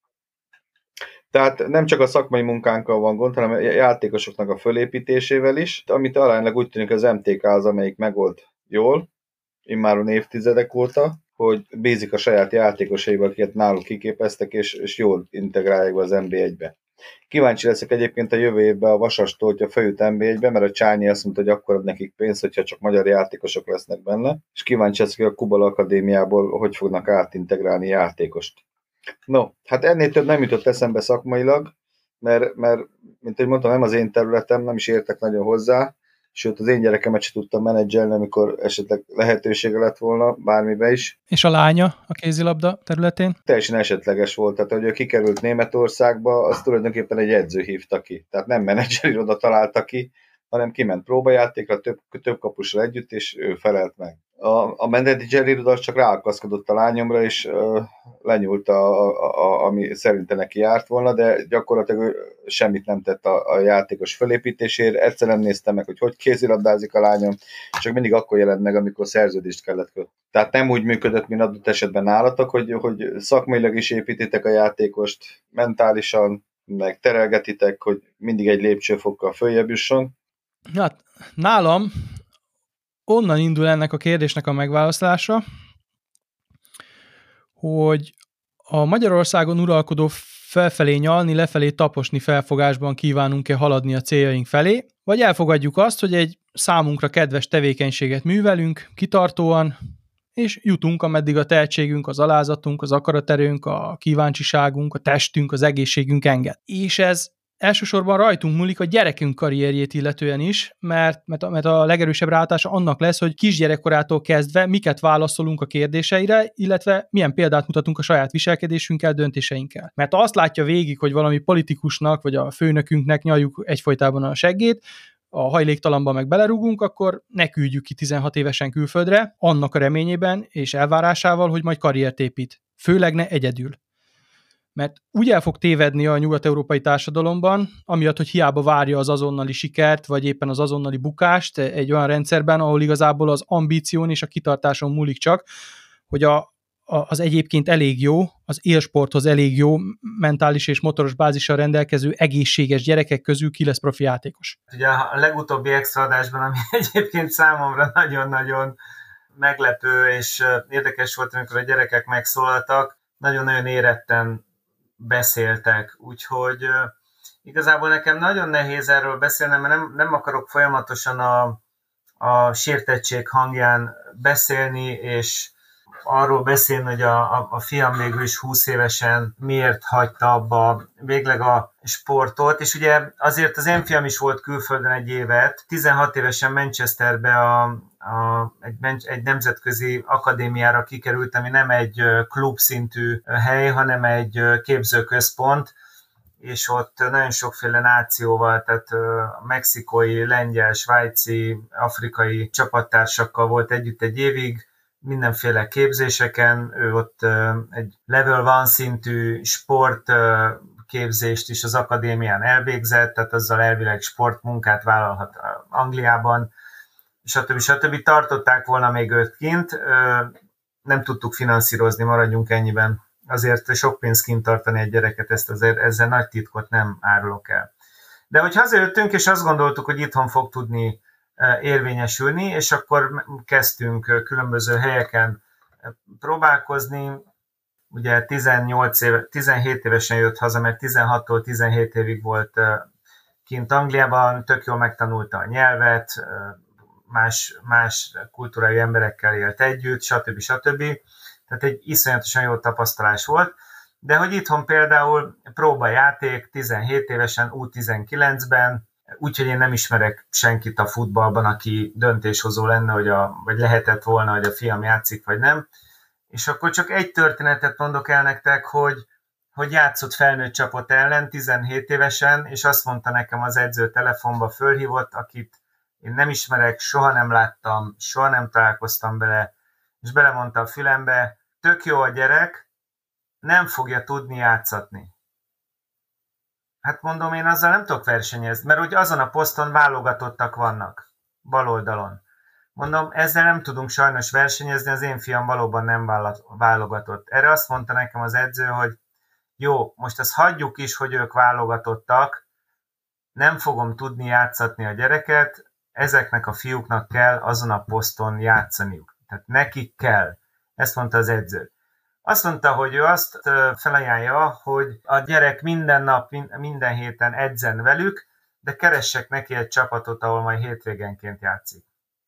Tehát nem csak a szakmai munkánkkal van gond, hanem a játékosoknak a fölépítésével is, amit aránylag úgy tűnik az MTK az, amelyik megold jól, immáron évtizedek óta, hogy bízik a saját játékosaiba, akiket náluk kiképeztek, és jól integrálják be az NB1-be. Kíváncsi leszek egyébként a jövő évben a Vasastól, hogyha feljut NB1-be, mert a Csányi azt mondta, hogy akkor ad nekik pénzt, hogyha csak magyar játékosok lesznek benne, és kíváncsi leszek, hogy a Kubala Akadémiából hogy fognak átintegrálni játékost. No, hát ennél több nem jutott eszembe szakmailag, mert mint ahogy mondtam, nem az én területem, nem is értek nagyon hozzá, sőt az én gyerekemet sem tudtam menedzselni, amikor esetleg lehetősége lett volna bármibe is. És a lánya a kézilabda területén? Teljesen esetleges volt, tehát hogy ő kikerült Németországba, az tulajdonképpen egy edző hívta ki. Tehát nem menedzser iroda találta ki, hanem kiment próbajátékra több kapusra együtt, és ő felelt meg. A menedzser iroda csak ráakaszkodott a lányomra, és lenyúlt, ami szerinte neki járt volna, de gyakorlatilag semmit nem tett a játékos felépítésért. Egyszer nem néztem meg, hogy kézilabdázik a lányom, csak mindig akkor jelent meg, amikor szerződést kellett kötni. Tehát nem úgy működött, mint adott esetben nálatok, hogy szakmailag is építitek a játékost, mentálisan, meg terelgetitek, hogy mindig egy lépcsőfokkal följebb jusson. Hát, nálam onnan indul ennek a kérdésnek a megválaszolása, hogy a Magyarországon uralkodó felfelé nyalni, lefelé taposni felfogásban kívánunk-e haladni a céljaink felé, vagy elfogadjuk azt, hogy egy számunkra kedves tevékenységet művelünk kitartóan, és jutunk, ameddig a tehetségünk, az alázatunk, az akaraterőnk, a kíváncsiságunk, a testünk, az egészségünk enged. És ez elsősorban rajtunk múlik a gyerekünk karrierjét illetően is, mert a legerősebb ráhatása annak lesz, hogy kisgyerekkorától kezdve miket válaszolunk a kérdéseire, illetve milyen példát mutatunk a saját viselkedésünkkel, döntéseinkkel. Mert ha azt látja végig, hogy valami politikusnak vagy a főnökünknek nyaljuk egyfolytában a seggét, a hajléktalanba meg belerúgunk, akkor ne küldjük ki 16 évesen külföldre, annak a reményében és elvárásával, hogy majd karriert épít. Főleg ne egyedül. Mert úgy el fog tévedni a nyugat-európai társadalomban, amiatt, hogy hiába várja az azonnali sikert, vagy éppen az azonnali bukást egy olyan rendszerben, ahol igazából az ambíción és a kitartáson múlik csak, hogy az egyébként elég jó, az élsporthoz elég jó, mentális és motoros bázissal rendelkező egészséges gyerekek közül ki lesz profi játékos. Ugye a legutóbbi extra adásban, ami egyébként számomra nagyon-nagyon meglepő és érdekes volt, amikor a gyerekek megszólaltak, nagyon-nagyon éretten beszéltek, úgyhogy igazából nekem nagyon nehéz erről beszélnem, mert nem akarok folyamatosan a sértettség hangján beszélni, és arról beszélni, hogy a fiam végül is 20 évesen miért hagyta abba végleg a sportot, és ugye azért az én fiam is volt külföldön egy évet, 16 évesen Manchesterbe egy nemzetközi akadémiára kikerült, ami nem egy klubszintű hely, hanem egy képzőközpont, és ott nagyon sokféle nációval, tehát mexikói, lengyel, svájci, afrikai csapattársakkal volt együtt egy évig, mindenféle képzéseken, ő ott egy level 1 szintű sportképzést is az akadémián elvégzett, tehát azzal elvileg sportmunkát vállalhat Angliában, stb. Tartották volna még őt kint, nem tudtuk finanszírozni, maradjunk ennyiben. azért sok pénzt kint tartani egy gyereket, ezzel nagy titkot nem árulok el. De hogy hazajöttünk, és azt gondoltuk, hogy itthon fog tudni érvényesülni, és akkor kezdtünk különböző helyeken próbálkozni. Ugye 17 évesen jött haza, mert 16-tól 17 évig volt kint Angliában, tök jól megtanulta a nyelvet, más kultúrájú emberekkel élt együtt, stb. Tehát egy iszonyatosan jó tapasztalás volt. De hogy itthon például próbajáték 17 évesen, U19-ben, úgyhogy én nem ismerek senkit a futballban, aki döntéshozó lenne, vagy lehetett volna, hogy a fiam játszik, vagy nem. És akkor csak egy történetet mondok el nektek, hogy játszott felnőtt csapat ellen 17 évesen, és azt mondta nekem az edző, telefonba fölhívott, akit én nem ismerek, soha nem láttam, soha nem találkoztam vele, és belemondta a fülembe, tök jó a gyerek, nem fogja tudni játszatni. Hát mondom, én azzal nem tudok versenyezni, mert hogy azon a poszton válogatottak vannak, bal oldalon. Mondom, ezzel nem tudunk sajnos versenyezni, az én fiam valóban nem válogatott. Erre azt mondta nekem az edző, hogy jó, most azt hagyjuk is, hogy ők válogatottak, nem fogom tudni játszatni a gyereket, ezeknek a fiúknak kell azon a poszton játszaniuk. Tehát nekik kell. Ezt mondta az edző. Azt mondta, hogy ő azt felajánlja, hogy a gyerek minden nap, minden héten edzen velük, de keressek neki egy csapatot, ahol majd hétvégenként játszik.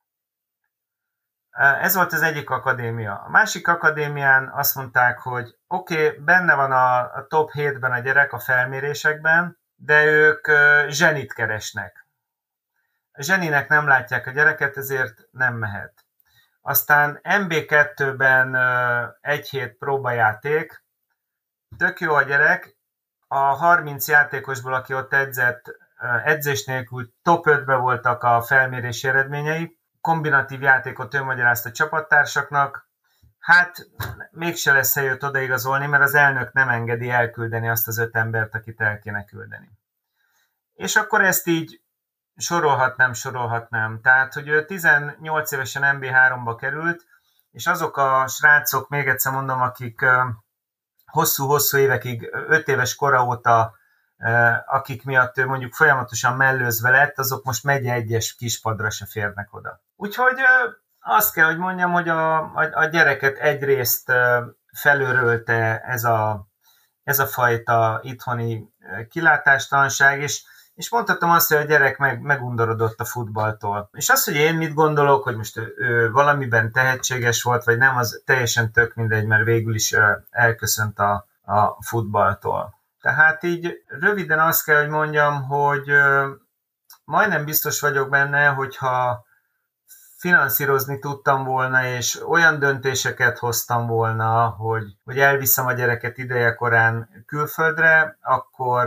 Ez volt az egyik akadémia. A másik akadémián azt mondták, hogy oké, benne van a top 7-ben a gyerek a felmérésekben, de ők zsenit keresnek. A zseninek nem látják a gyereket, ezért nem mehet. Aztán MB2-ben egy hét próbajáték, tök jó a gyerek, a 30 játékosból, aki ott edzett, edzés nélkül top 5-be voltak a felmérési eredményei, kombinatív játékot ő magyarázta a csapattársaknak, hát mégse lesz helyőt odaigazolni, mert az elnök nem engedi elküldeni azt az 5 embert, akit el kéne küldeni. És akkor ezt így sorolhatnám. Tehát, hogy ő 18 évesen MB3-ba került, és azok a srácok, még egyszer mondom, akik hosszú-hosszú évekig, 5 éves kora óta, akik miatt ő mondjuk folyamatosan mellőzve lett, azok most megye egyes kispadra se férnek oda. Úgyhogy azt kell, hogy mondjam, hogy a gyereket egyrészt felőrölte ez a fajta itthoni kilátástalanság, és mondhatom azt, hogy a gyerek megundorodott a futballtól. És az, hogy én mit gondolok, hogy most ő valamiben tehetséges volt, vagy nem, az teljesen tök mindegy, mert végül is elköszönt a futballtól. Tehát így röviden azt kell, hogy mondjam, hogy majdnem biztos vagyok benne, hogyha finanszírozni tudtam volna, és olyan döntéseket hoztam volna, hogy elviszem a gyereket idejekorán külföldre, akkor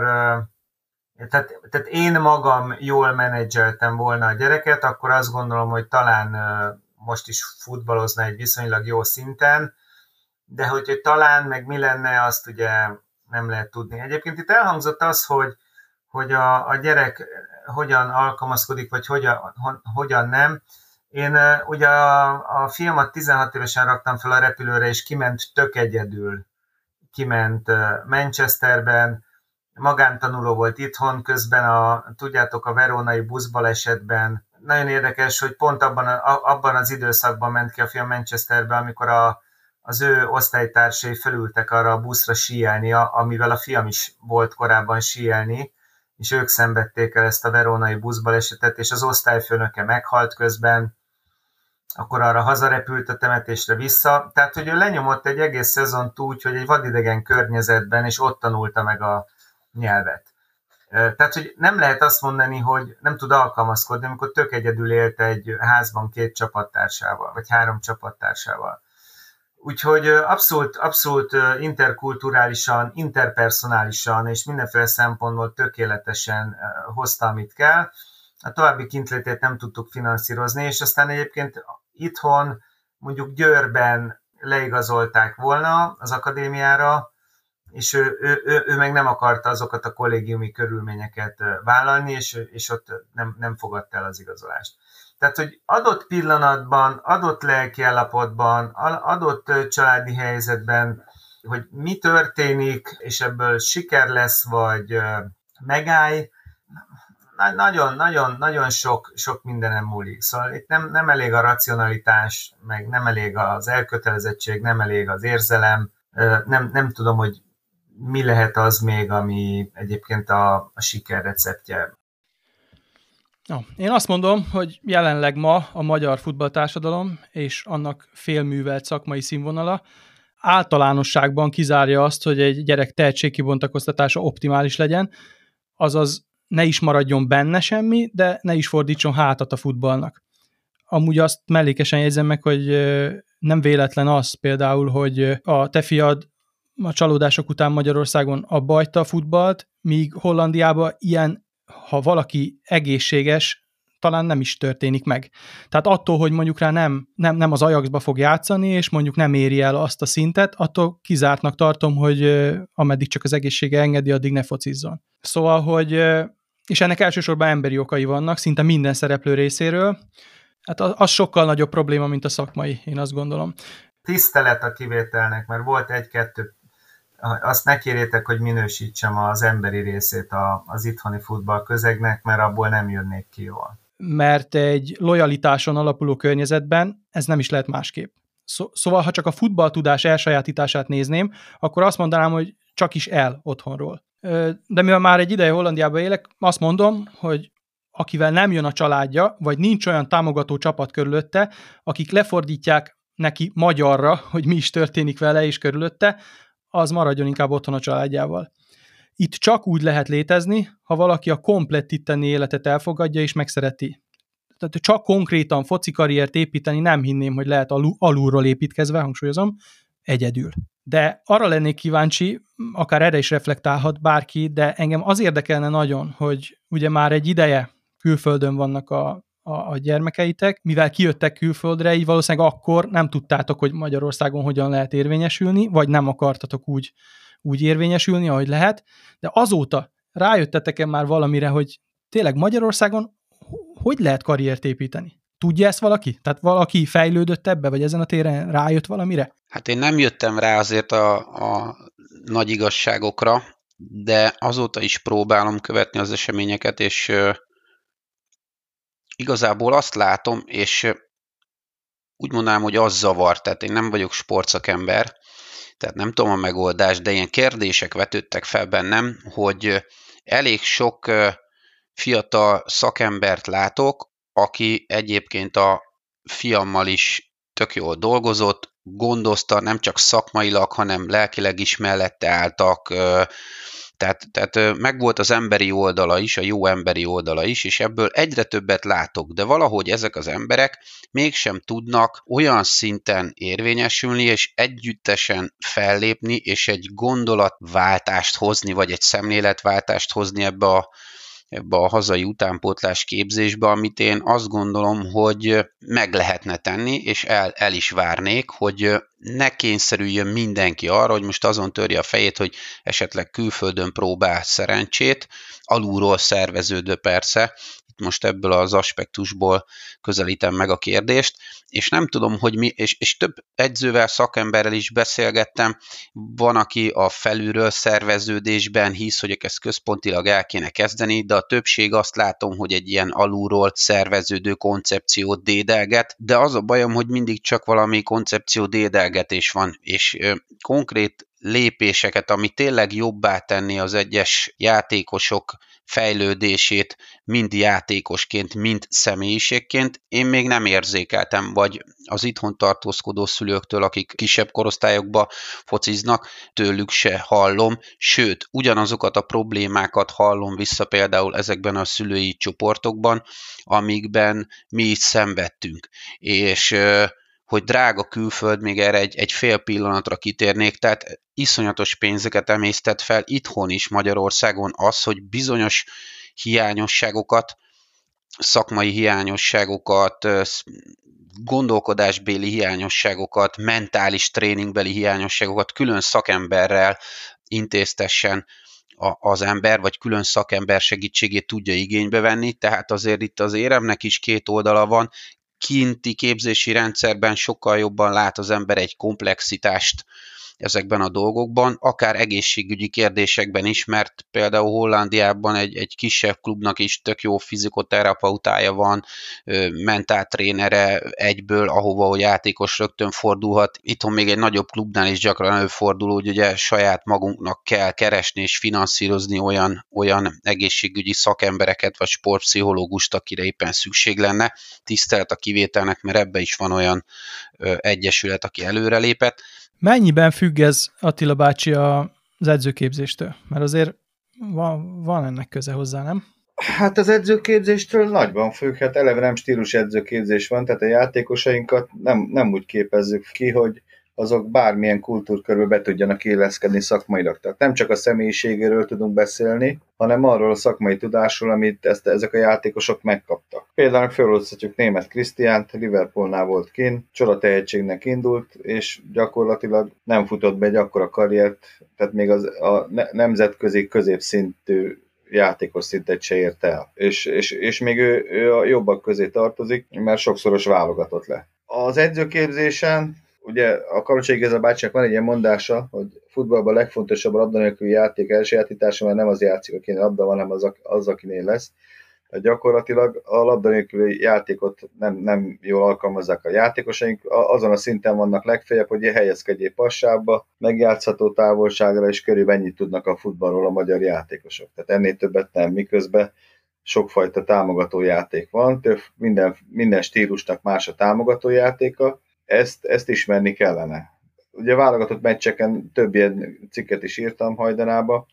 tehát én magam jól menedzseltem volna a gyereket, akkor azt gondolom, hogy talán most is futballozna egy viszonylag jó szinten, de hogy talán meg mi lenne, azt ugye nem lehet tudni. Egyébként itt elhangzott az, hogy a gyerek hogyan alkalmazkodik, vagy hogyan nem. Én ugye a fiamat 16 évesen raktam fel a repülőre, és kiment tök egyedül. Kiment Manchesterben, magántanuló volt itthon, közben tudjátok, a verónai buszbalesetben. Nagyon érdekes, hogy pont abban az időszakban ment ki a fiam Manchesterbe, amikor az ő osztálytársai felültek arra a buszra síelni, amivel a fiam is volt korábban síelni, és ők szenvedték el ezt a verónai buszbalesetet, és az osztályfőnöke meghalt közben, akkor arra hazarepült a temetésre vissza. Tehát, hogy ő lenyomott egy egész szezont úgy, hogy egy vadidegen környezetben, és ott tanulta meg a nyelvet. Tehát, hogy nem lehet azt mondani, hogy nem tud alkalmazkodni, amikor tök egyedül élt egy házban 2 csapattársával, vagy 3 csapattársával. Úgyhogy abszolút interkulturálisan, interpersonálisan és mindenféle szempontból tökéletesen hozta, amit kell. A további kintlétét nem tudtuk finanszírozni, és aztán egyébként itthon, mondjuk Győrben leigazolták volna az akadémiára, és ő meg nem akarta azokat a kollégiumi körülményeket vállalni, és ott nem fogadta el az igazolást. Tehát, hogy adott pillanatban, adott lelkiállapotban, adott családi helyzetben hogy mi történik, és ebből siker lesz, vagy megállj, nagyon sok mindenem múlik. Szóval itt nem elég a racionalitás, meg nem elég az elkötelezettség, nem elég az érzelem, nem tudom, hogy mi lehet az még, ami egyébként a siker receptje. Én azt mondom, hogy jelenleg ma a magyar futballtársadalom és annak félművelt szakmai színvonala általánosságban kizárja azt, hogy egy gyerek tehetségkibontakoztatása optimális legyen, azaz ne is maradjon benne semmi, de ne is fordítson hátat a futballnak. Amúgy azt mellékesen jegyzem meg, hogy nem véletlen az például, hogy a te fiad a csalódások után Magyarországon abba hagyta a futballt, míg Hollandiában ilyen, ha valaki egészséges, talán nem is történik meg. Tehát attól, hogy mondjuk rá nem az Ajaxba fog játszani, és mondjuk nem éri el azt a szintet, attól kizártnak tartom, hogy ameddig csak az egészsége engedi, addig ne focizzon. Szóval, hogy és ennek elsősorban emberi okai vannak, szinte minden szereplő részéről. Hát az sokkal nagyobb probléma, mint a szakmai, én azt gondolom. Tisztelet a kivételnek, mert volt egy-kettő, azt ne kérjétek, hogy minősítsem az emberi részét az itthoni futball közegnek, mert abból nem jönnék ki jól. Mert egy lojalitáson alapuló környezetben ez nem is lehet másképp. Szóval, ha csak a futballtudás elsajátítását nézném, akkor azt mondanám, hogy csak is el otthonról. De mivel már egy ideje Hollandiában élek, azt mondom, hogy akivel nem jön a családja, vagy nincs olyan támogató csapat körülötte, akik lefordítják neki magyarra, hogy mi is történik vele és körülötte, az maradjon inkább otthon a családjával. Itt csak úgy lehet létezni, ha valaki a komplett itteni életet elfogadja és megszereti. Tehát csak konkrétan foci karriert építeni nem hinném, hogy lehet alulról építkezve, hangsúlyozom, egyedül. De arra lennék kíváncsi, akár erre is reflektálhat bárki, de engem az érdekelne nagyon, hogy ugye már egy ideje külföldön vannak a gyermekeitek, mivel kijöttek külföldre, így valószínűleg akkor nem tudtátok, hogy Magyarországon hogyan lehet érvényesülni, vagy nem akartatok úgy érvényesülni, ahogy lehet, de azóta rájöttetek-e már valamire, hogy tényleg Magyarországon hogy lehet karriert építeni? Tudja ezt valaki? Tehát valaki fejlődött ebbe, vagy ezen a téren rájött valamire? Hát én nem jöttem rá azért a nagy igazságokra, de azóta is próbálom követni az eseményeket, és igazából azt látom, és úgy mondanám, hogy az zavar, tehát én nem vagyok sportszakember, tehát nem tudom a megoldást, de ilyen kérdések vetődtek fel bennem, hogy elég sok fiatal szakembert látok, aki egyébként a fiammal is tök jól dolgozott, gondozta, nem csak szakmailag, hanem lelkileg is mellette álltak, tehát megvolt az emberi oldala is, a jó emberi oldala is, és ebből egyre többet látok, de valahogy ezek az emberek mégsem tudnak olyan szinten érvényesülni, és együttesen fellépni, és egy gondolatváltást hozni, vagy egy szemléletváltást hozni ebbe a hazai utánpótlás képzésbe, amit én azt gondolom, hogy meg lehetne tenni, és el is várnék, hogy ne kényszerüljön mindenki arra, hogy most azon törje a fejét, hogy esetleg külföldön próbál szerencsét, alulról szerveződő persze, itt most ebből az aspektusból közelítem meg a kérdést, és nem tudom, hogy mi, és több edzővel, szakemberrel is beszélgettem, van, aki a felülről szerveződésben hisz, hogy ezt központilag el kéne kezdeni, de a többség azt látom, hogy egy ilyen alulról szerveződő koncepciót dédelget, de az a bajom, hogy mindig csak valami koncepció dédelgetés van, és konkrét lépéseket, ami tényleg jobbá tenni az egyes játékosok fejlődését, mind játékosként, mind személyiségként, én még nem érzékeltem, vagy az itthon tartózkodó szülőktől, akik kisebb korosztályokba fociznak, tőlük se hallom, sőt, ugyanazokat a problémákat hallom vissza például ezekben a szülői csoportokban, amikben mi is szenvedtünk. És hogy drága külföld, még erre egy fél pillanatra kitérnék, tehát iszonyatos pénzeket emésztett fel itthon is Magyarországon az, hogy bizonyos hiányosságokat, szakmai hiányosságokat, gondolkodásbéli hiányosságokat, mentális tréningbeli hiányosságokat külön szakemberrel intéztessen az ember, vagy külön szakember segítségét tudja igénybe venni, tehát azért itt az éremnek is két oldala van, kinti képzési rendszerben sokkal jobban lát az ember egy komplexitást, ezekben a dolgokban, akár egészségügyi kérdésekben is, mert például Hollandiában egy kisebb klubnak is tök jó fizikoterapeutája van, mentáltrénere egyből, ahova a játékos rögtön fordulhat. Itthon még egy nagyobb klubnál is gyakran előfordul, hogy ugye saját magunknak kell keresni és finanszírozni olyan egészségügyi szakembereket vagy sportpszichológust, akire éppen szükség lenne. Tisztelt a kivételnek, mert ebbe is van olyan egyesület, aki előrelépett. Mennyiben függ ez, Attila bácsi, az edzőképzéstől? Mert azért van ennek köze hozzá, nem? Hát az edzőképzéstől nagyban függ, hát eleve nem stílus edzőképzés van, tehát a játékosainkat nem úgy képezzük ki, hogy azok bármilyen kultúrkörbe be tudjanak illeszkedni szakmailag. Tehát nem csak a személyiségéről tudunk beszélni, hanem arról a szakmai tudásról, amit ezek a játékosok megkaptak. Például felhozhatjuk Németh Krisztiánt, Liverpoolnál volt kint, csoda tehetségnek indult, és gyakorlatilag nem futott be egy akkora karriert, tehát még a nemzetközi középszintű játékos szintet se ért el. És még ő a jobbak közé tartozik, mert sokszoros válogatott le. Az edzőképzésen ugye a Karocsai Géza bácsinak van egy ilyen mondása, hogy futballban a legfontosabb a labda nélküli játék elsajátítása, mert nem az játszik, akinél labda van, hanem az akinél lesz. Tehát gyakorlatilag a labda nélküli játékot nem jól alkalmazzák a játékosaink, azon a szinten vannak legfeljebb, hogy helyezkedjél passába, megjátszható távolságra, és körülbelül ennyit tudnak a futballról a magyar játékosok. Tehát ennél többet nem, miközben sokfajta támogató játék van, minden stílusnak más a támogató játéka, ezt ismerni kellene. Ugye válogatott meccseken több ilyen cikket is írtam hajdanába,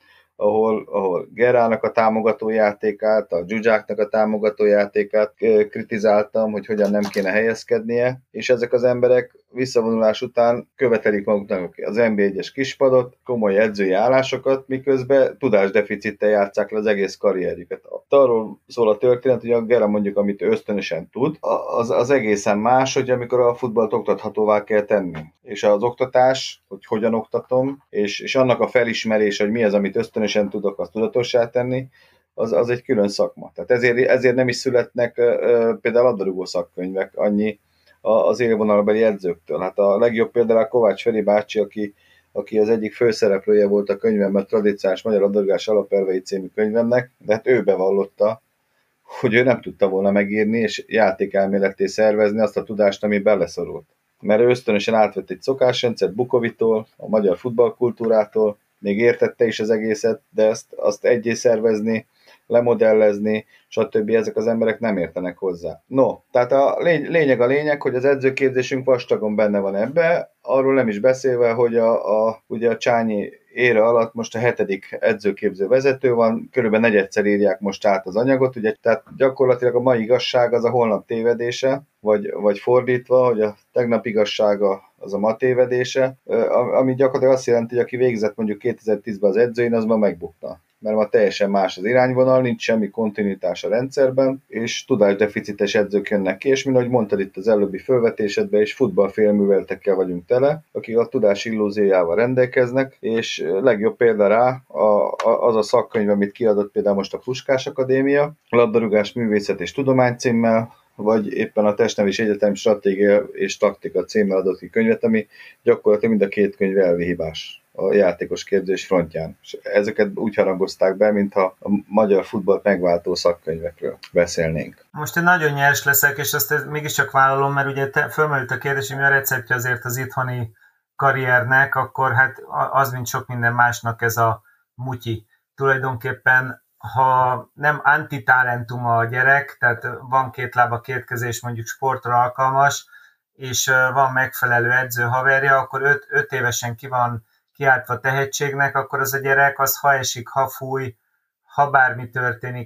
ahol Gerának a támogató játékát, a Zsuzsáknak a támogató játékát kritizáltam, hogy hogyan nem kéne helyezkednie, és ezek az emberek visszavonulás után követelik maguknak az NB1-es kispadot, komoly edzői állásokat, miközben tudásdeficittel játsszák le az egész karrierjüket. Arról szól a történet, hogy a Gera mondjuk, amit ösztönösen tud, az egészen más, hogy amikor a futballt oktathatóvá kell tenni. És az oktatás, hogy hogyan oktatom, és annak a felismerése, hogy mi az, amit ösztönösen tudok, azt tudatossá tenni, az egy külön szakma. Tehát ezért nem is születnek például labdarúgó szakkönyvek annyi az élvonalbeli edzőktől. Hát a legjobb például a Kovács Feri bácsi, aki az egyik főszereplője volt a könyvemben, Tradicionális Magyar Labdarúgás Alapelvei című könyvemnek, de hát ő bevallotta, hogy ő nem tudta volna megírni és játékelméletté szervezni azt a tudást, ami beleszorult. Mert ő ösztönösen átvett egy szokásrendszert Bukovitól, a magyar futballkultúrától, még értette is az egészet, de azt egyé szervezni, lemodellezni, stb. Ezek az emberek nem értenek hozzá. No, tehát a lényeg, hogy az edzőképzésünk vastagon benne van ebbe, arról nem is beszélve, hogy ugye a Csányi ére alatt most a 7. edzőképző vezető van, körülbelül negyedszer írják most át az anyagot, ugye, tehát gyakorlatilag a mai igazság az a holnap tévedése, vagy fordítva, hogy a tegnap igazsága az a ma tévedése, ami gyakorlatilag azt jelenti, hogy aki végzett mondjuk 2010-ben az edzőin, az ma megbukna. Mert ma teljesen más az irányvonal, nincs semmi kontinuitás a rendszerben, és tudásdeficites edzők jönnek ki, és ahogy mondtad itt az előbbi fölvetésedben, és futballfélműveltekkel vagyunk tele, akik a tudás illúziójával rendelkeznek, és legjobb példa rá az a szakkönyv, amit kiadott például most a Puskás Akadémia, Labdarúgás Művészet és Tudomány címmel, vagy éppen a Testnevelés Egyetem Stratégia és Taktika címmel adott ki könyvet, ami gyakorlatilag mind a két könyv elvi hibás a játékos képzés frontján. És ezeket úgy harangozták be, mintha a magyar futballt megváltó szakkönyvekről beszélnénk. Most én nagyon nyers leszek, és azt mégiscsak vállalom, mert ugye fölmerült a kérdés, hogy mi a receptje azért az itthoni karriernek, akkor hát az, mint sok minden másnak ez a mutyi. Tulajdonképpen, ha nem antitalentum a gyerek, tehát van két lába, két keze, és mondjuk sportra alkalmas, és van megfelelő edző haverja, akkor 5 évesen ki van kiáltva tehetségnek, akkor az a gyerek, az ha esik, ha fúj, ha bármi történik,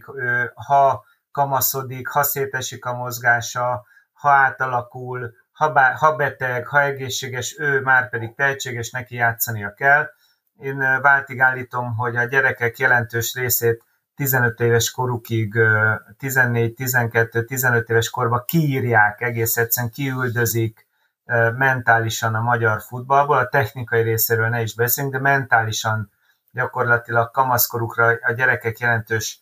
ha kamaszodik, ha szétesik a mozgása, ha átalakul, ha beteg, ha egészséges, ő már pedig tehetséges, neki játszania kell. Én váltig állítom, hogy a gyerekek jelentős részét 15 éves korukig, 14, 12, 15 éves korban kiírják, egész egyszerűen kiüldözik mentálisan a magyar futballból, a technikai részéről ne is beszélünk, de mentálisan gyakorlatilag kamaszkorukra a gyerekek jelentős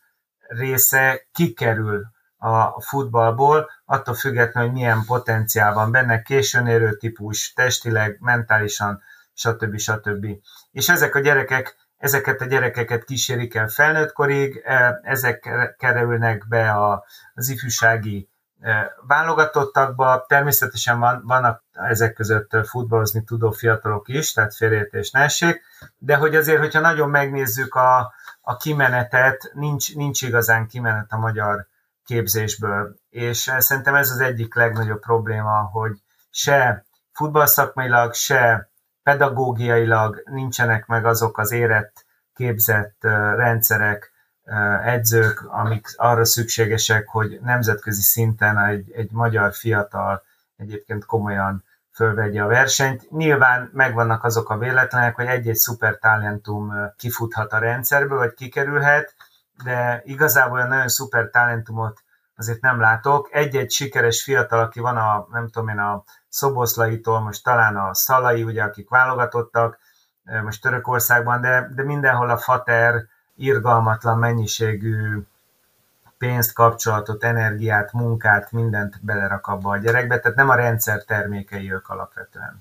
része kikerül a futballból, attól függetlenül, hogy milyen potenciál van benne, későn érő típus, testileg, mentálisan stb. És ezeket a gyerekeket kísérik el felnőttkorig, ezek kerülnek be az ifjúsági válogatottakba. Természetesen vannak ezek között futballozni tudó fiatalok is, tehát félreértés ne essék, de hogy azért, hogyha nagyon megnézzük a kimenetet, nincs igazán kimenet a magyar képzésből. És szerintem ez az egyik legnagyobb probléma, hogy se futballszakmailag, se pedagógiailag nincsenek meg azok az érett, képzett rendszerek, edzők, amik arra szükségesek, hogy nemzetközi szinten egy magyar fiatal egyébként komolyan fölvegye a versenyt. Nyilván megvannak azok a véletlenek, hogy egy-egy szupertalentum kifuthat a rendszerből, vagy kikerülhet, de igazából olyan nagyon szupertalentumot azért nem látok. Egy-egy sikeres fiatal, aki van a Szoboszlaitól, most talán a Szalai, ugye, akik válogatottak, most Törökországban, de mindenhol a fater irgalmatlan mennyiségű pénzt, kapcsolatot, energiát, munkát, mindent belerak abba a gyerekbe, tehát nem a rendszer termékei ők alapvetően.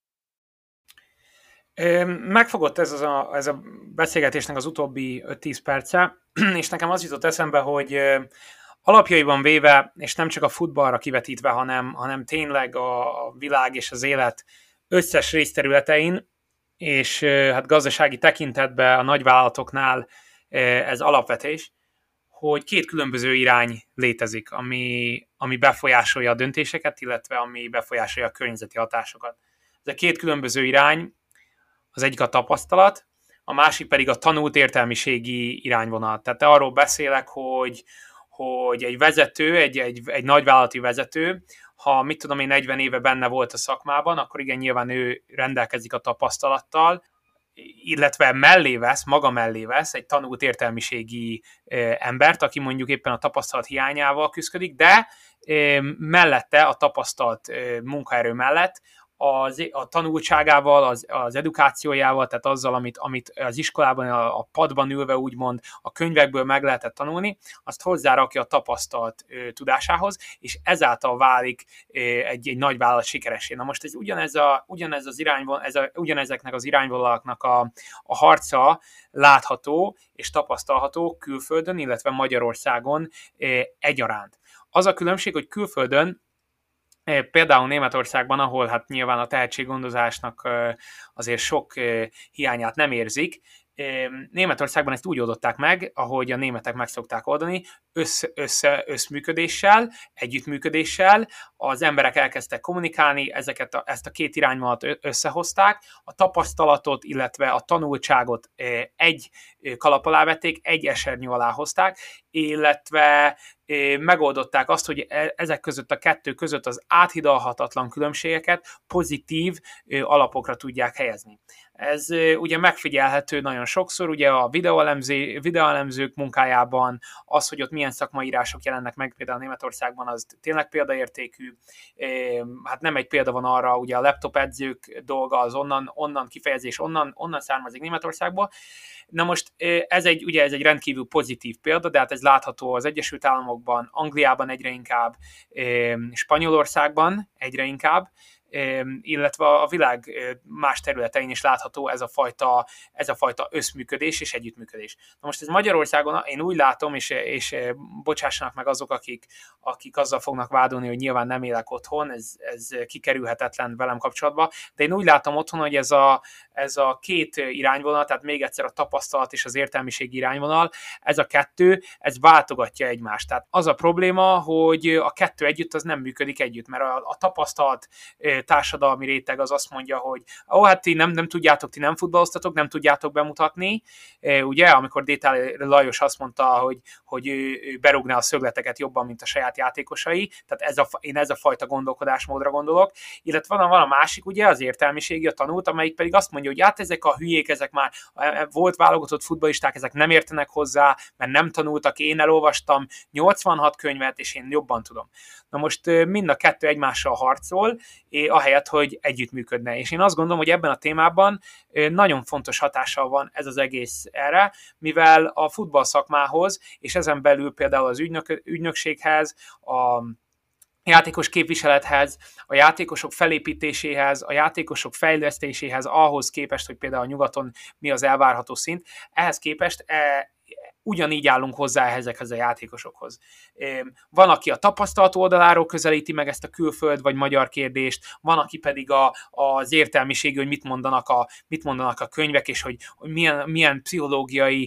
Megfogott ez a beszélgetésnek az utóbbi 5-10 perce, és nekem az jutott eszembe, hogy alapjaiban véve, és nem csak a futballra kivetítve, hanem tényleg a világ és az élet összes részterületein, és hát gazdasági tekintetben a nagyvállalatoknál ez alapvetés, hogy két különböző irány létezik, ami befolyásolja a döntéseket, illetve ami befolyásolja a környezeti hatásokat. Ez a két különböző irány, az egyik a tapasztalat, a másik pedig a tanult értelmiségi irányvonal. Tehát arról beszélek, hogy egy vezető, egy nagyvállalati vezető, ha mit tudom én 40 éve benne volt a szakmában, akkor igen, nyilván ő rendelkezik a tapasztalattal, illetve maga mellé vesz egy tanult értelmiségi embert, aki mondjuk éppen a tapasztalat hiányával küszködik, de mellette a tapasztalt munkaerő mellett a tanultságával, az edukációjával, tehát azzal, amit az iskolában, a padban ülve úgymond a könyvekből meg lehetett tanulni, azt hozzárakja a tapasztalt tudásához, és ezáltal válik egy nagy vállalat sikeressé. Na most ez ugyanez az irányvonal, ugyanezeknek az irányvonalaknak a harca látható és tapasztalható külföldön, illetve Magyarországon egyaránt. Az a különbség, hogy külföldön, például Németországban, ahol hát nyilván a tehetséggondozásnak azért sok hiányát nem érzik, Németországban ezt úgy oldották meg, ahogy a németek meg szokták oldani, összműködéssel, együttműködéssel, az emberek elkezdtek kommunikálni, ezt a két irányvonalat összehozták, a tapasztalatot, illetve a tanultságot egy kalap alá vették, egy esernyő alá hozták, illetve megoldották azt, hogy ezek között a kettő között az áthidalhatatlan különbségeket pozitív alapokra tudják helyezni. Ez ugye megfigyelhető nagyon sokszor, ugye a videóelemzők munkájában, az, hogy ott milyen szakmaírások jelennek meg, például Németországban, az tényleg példaértékű. Hát nem egy példa van arra, ugye a laptop edzők dolga az onnan kifejezés, onnan származik Németországból. Na most ez egy rendkívül pozitív példa, de hát ez látható az Egyesült Államokban, Angliában egyre inkább, Spanyolországban egyre inkább, illetve a világ más területein is látható ez a fajta összműködés és együttműködés. Na most ez Magyarországon én úgy látom, és bocsássanak meg azok, akik azzal fognak vádolni, hogy nyilván nem élek otthon, ez kikerülhetetlen velem kapcsolatban, de én úgy látom otthon, hogy ez a két irányvonal, tehát még egyszer a tapasztalat és az értelmiség irányvonal, ez a kettő, ez váltogatja egymást. Tehát az a probléma, hogy a kettő együtt az nem működik együtt, mert a tapasztalat társadalmi réteg az azt mondja, hogy hát ti nem tudjátok, ti nem futballoztatok, nem tudjátok bemutatni, ugye, amikor Détál Lajos azt mondta, hogy ő berúgná a szögleteket jobban, mint a saját játékosai, tehát én ez a fajta gondolkodásmódra gondolok, illetve van a másik, ugye, az értelmiségi, a tanult, amelyik pedig azt mondja, hogy hát ezek a hülyék, ezek már volt válogatott futballisták, ezek nem értenek hozzá, mert nem tanultak, én elolvastam 86 könyvet, és én jobban tudom. Na most mind a kettő egymással harcol, ahelyett, hogy együttműködne. És én azt gondolom, hogy ebben a témában nagyon fontos hatással van ez az egész erre, mivel a futball szakmához, és ezen belül például az ügynökséghez, játékos képviselethez, a játékosok felépítéséhez, a játékosok fejlesztéséhez, ahhoz képest, hogy például a nyugaton mi az elvárható szint, ehhez képest ugyanígy állunk hozzá ezekhez a játékosokhoz. Van, aki a tapasztalat oldaláról közelíti meg ezt a külföld vagy magyar kérdést, van, aki pedig az értelmiségű, hogy mit mondanak a könyvek, és hogy milyen pszichológiai,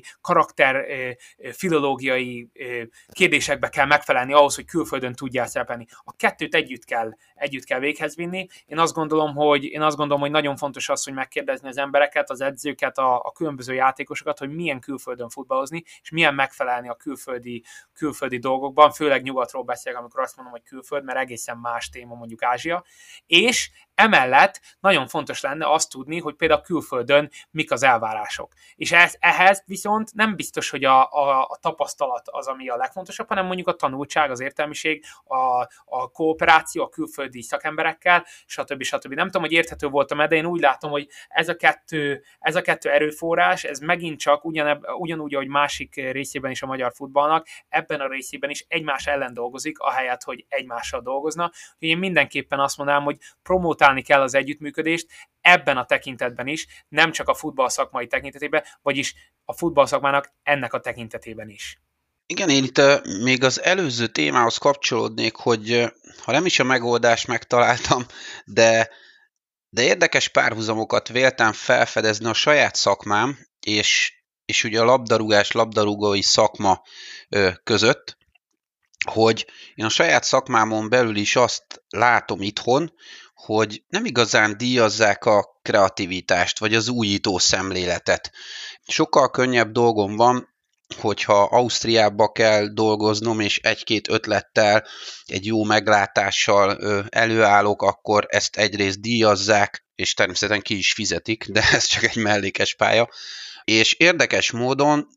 filológiai kérdésekbe kell megfelelni ahhoz, hogy külföldön tudjál szerepelni. A kettőt együtt kell véghez vinni. Én azt gondolom, hogy nagyon fontos az, hogy megkérdezni az embereket, az edzőket, a különböző játékosokat, hogy milyen külföldön futballozni, és milyen megfelelni a külföldi dolgokban, főleg nyugatról beszélek, amikor azt mondom, hogy külföld, mert egészen más téma mondjuk Ázsia, és emellett nagyon fontos lenne azt tudni, hogy például külföldön mik az elvárások. És ehhez viszont nem biztos, hogy a tapasztalat az, ami a legfontosabb, hanem mondjuk a tanultság, az értelmiség, a kooperáció a külföldi szakemberekkel, stb. Nem tudom, hogy érthető voltam, de én úgy látom, hogy ez a kettő erőforrás, ez megint csak ugyanúgy, ahogy másik részében is a magyar futballnak, ebben a részében is egymás ellen dolgozik, ahelyett, hogy egymással dolgozna. Én mindenképpen azt mondanám, hogy promotálni kell az együttműködést ebben a tekintetben is, nem csak a futball szakmai tekintetében, vagyis a futball szakmának ennek a tekintetében is. Igen, én itt még az előző témához kapcsolódnék, hogy ha nem is a megoldást megtaláltam, de érdekes párhuzamokat véltem felfedezni a saját szakmám, és ugye a labdarúgói szakma között, hogy én a saját szakmámon belül is azt látom itthon, hogy nem igazán díjazzák a kreativitást, vagy az újító szemléletet. Sokkal könnyebb dolgom van, hogyha Ausztriába kell dolgoznom, és egy-két ötlettel, egy jó meglátással előállok, akkor ezt egyrészt díjazzák, és természetesen ki is fizetik, de ez csak egy mellékes pálya. És érdekes módon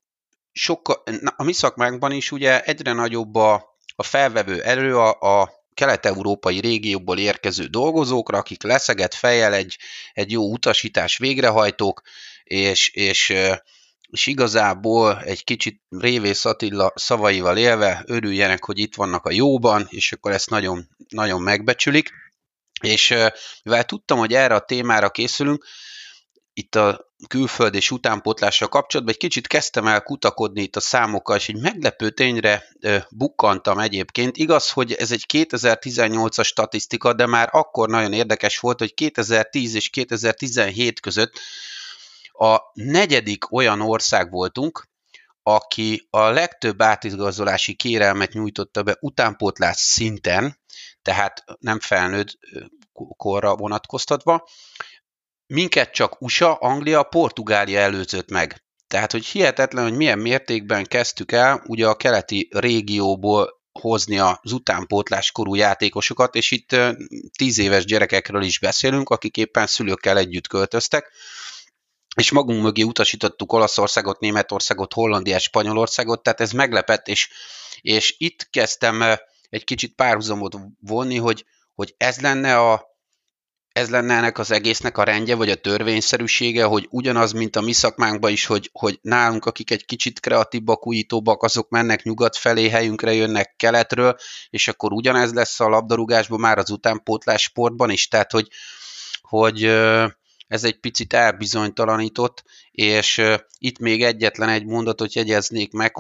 a mi szakmánkban is ugye egyre nagyobb a felvevő erő a kelet-európai régióból érkező dolgozókra, akik leszegett fejjel egy jó utasítás végrehajtók, és igazából egy kicsit Révész Attila szavaival élve örüljenek, hogy itt vannak a jóban, és akkor ezt nagyon, nagyon megbecsülik. És mivel tudtam, hogy erre a témára készülünk, itt a külföld és utánpótlással kapcsolatban egy kicsit kezdtem el kutakodni itt a számokkal, és egy meglepő tényre bukkantam egyébként. Igaz, hogy ez egy 2018-as statisztika, de már akkor nagyon érdekes volt, hogy 2010 és 2017 között a 4. olyan ország voltunk, aki a legtöbb átigazolási kérelmet nyújtotta be utánpótlás szinten, tehát nem felnőtt korra vonatkoztatva. Minket csak USA, Anglia, Portugália előzött meg. Tehát, hogy hihetetlen, hogy milyen mértékben kezdtük el ugye a keleti régióból hozni az utánpótláskorú játékosokat, és itt 10 éves gyerekekről is beszélünk, akik éppen szülőkkel együtt költöztek, és magunk mögé utasítottuk Olaszországot, Németországot, Hollandiát, Spanyolországot, tehát ez meglepett, és itt kezdtem egy kicsit párhuzamot vonni, hogy ez lenne ennek az egésznek a rendje, vagy a törvényszerűsége, hogy ugyanaz, mint a mi szakmánkban is, hogy nálunk, akik egy kicsit kreatíbbak, újítóbbak, azok mennek nyugat felé, helyünkre jönnek keletről, és akkor ugyanez lesz a labdarúgásban, már az utánpótlás sportban is, tehát hogy ez egy picit elbizonytalanított, és itt még egyetlen egy mondatot jegyeznék meg,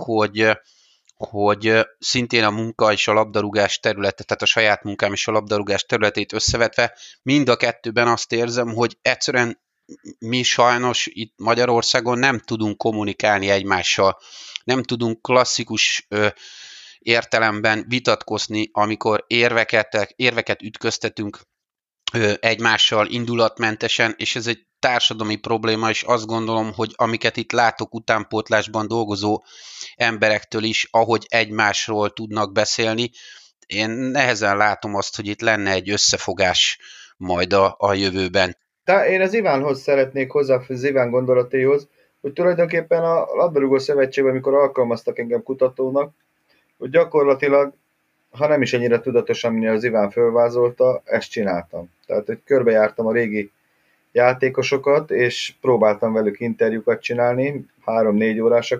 hogy szintén a munka és a labdarúgás területe, tehát a saját munkám és a labdarúgás területét összevetve, mind a kettőben azt érzem, hogy egyszerűen mi sajnos itt Magyarországon nem tudunk kommunikálni egymással, nem tudunk klasszikus értelemben vitatkozni, amikor érveket ütköztetünk egymással indulatmentesen, és ez egy társadalmi probléma, és azt gondolom, hogy amiket itt látok utánpótlásban dolgozó emberektől is, ahogy egymásról tudnak beszélni, én nehezen látom azt, hogy itt lenne egy összefogás majd a jövőben. Én az Ivánhoz szeretnék hozzáfűzni, az Iván gondolatéhoz, hogy tulajdonképpen a labdarúgó szövetségben, amikor alkalmaztak engem kutatónak, hogy gyakorlatilag, ha nem is ennyire tudatosan, mint az Iván fölvázolta, ezt csináltam. Tehát, hogy körbejártam a régi játékosokat, és próbáltam velük interjúkat csinálni, 3-4 órásokat,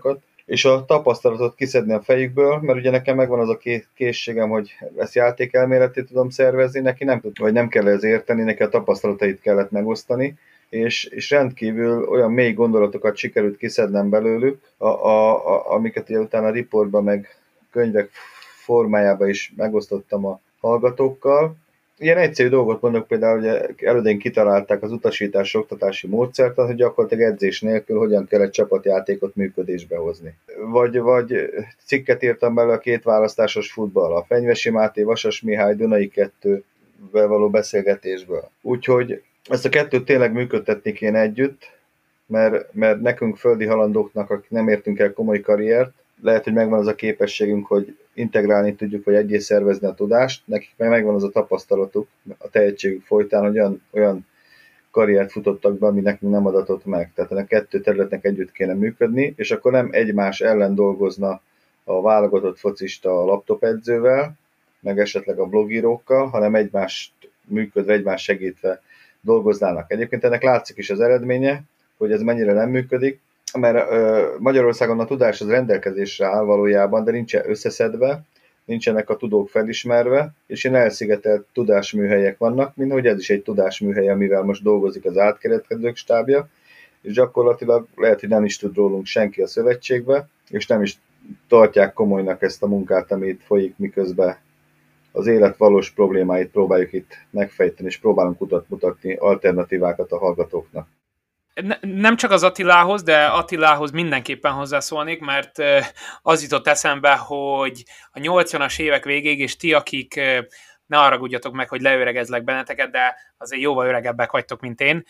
és a tapasztalatot kiszedni a fejükből, mert ugye nekem megvan az a készségem, hogy ezt játékelméleté tudom szervezni, neki nem tud, vagy nem kell ez érteni, neki a tapasztalatait kellett megosztani, és rendkívül olyan mély gondolatokat sikerült kiszednem belőlük, amiket ugye utána a riportban meg könyvek formájában is megosztottam a hallgatókkal. Ilyen egyszerű dolgot mondok, például, hogy elődeink kitalálták az utasítási oktatási módszert, hogy gyakorlatilag edzés nélkül hogyan kell egy csapatjátékot működésbe hozni. Vagy cikket írtam belőle a két választásos futball, a Fenyvesi Máté, Vasas Mihály, Dunai 2-vel való beszélgetésből. Úgyhogy ezt a kettőt tényleg működtetni kéne együtt, mert nekünk földi halandóknak, akik nem értünk el komoly karriert, lehet, hogy megvan az a képességünk, hogy integrálni tudjuk, vagy egyé szervezni a tudást, nekik megvan az a tapasztalatuk a tehetségük folytán, hogy olyan karriert futottak be, ami nekünk nem adatott meg. Tehát a kettő területnek együtt kéne működni, és akkor nem egymás ellen dolgozna a válogatott focista a laptopedzővel, meg esetleg a blogírókkal, hanem egymást működve, egymást segítve dolgoznának. Egyébként ennek látszik is az eredménye, hogy ez mennyire nem működik, mert Magyarországon a tudás az rendelkezésre áll valójában, de nincsen összeszedve, nincsenek a tudók felismerve, és ilyen elszigetelt tudásműhelyek vannak, mindegy ez is egy tudásműhely, amivel most dolgozik az átkeretkezők stábja, és gyakorlatilag lehet, hogy nem is tud rólunk senki a szövetségbe, és nem is tartják komolynak ezt a munkát, amit folyik, miközben az élet valós problémáit próbáljuk itt megfejteni, és próbálunk mutatni alternatívákat a hallgatóknak. Nem csak az Attilához, de Attilához mindenképpen hozzászólnék, mert az jutott eszembe, hogy a 80-as évek végéig, és ti, akik ne haragudjatok meg, hogy leöregezlek benneteket, de azért jóval öregebbek vagytok, mint én.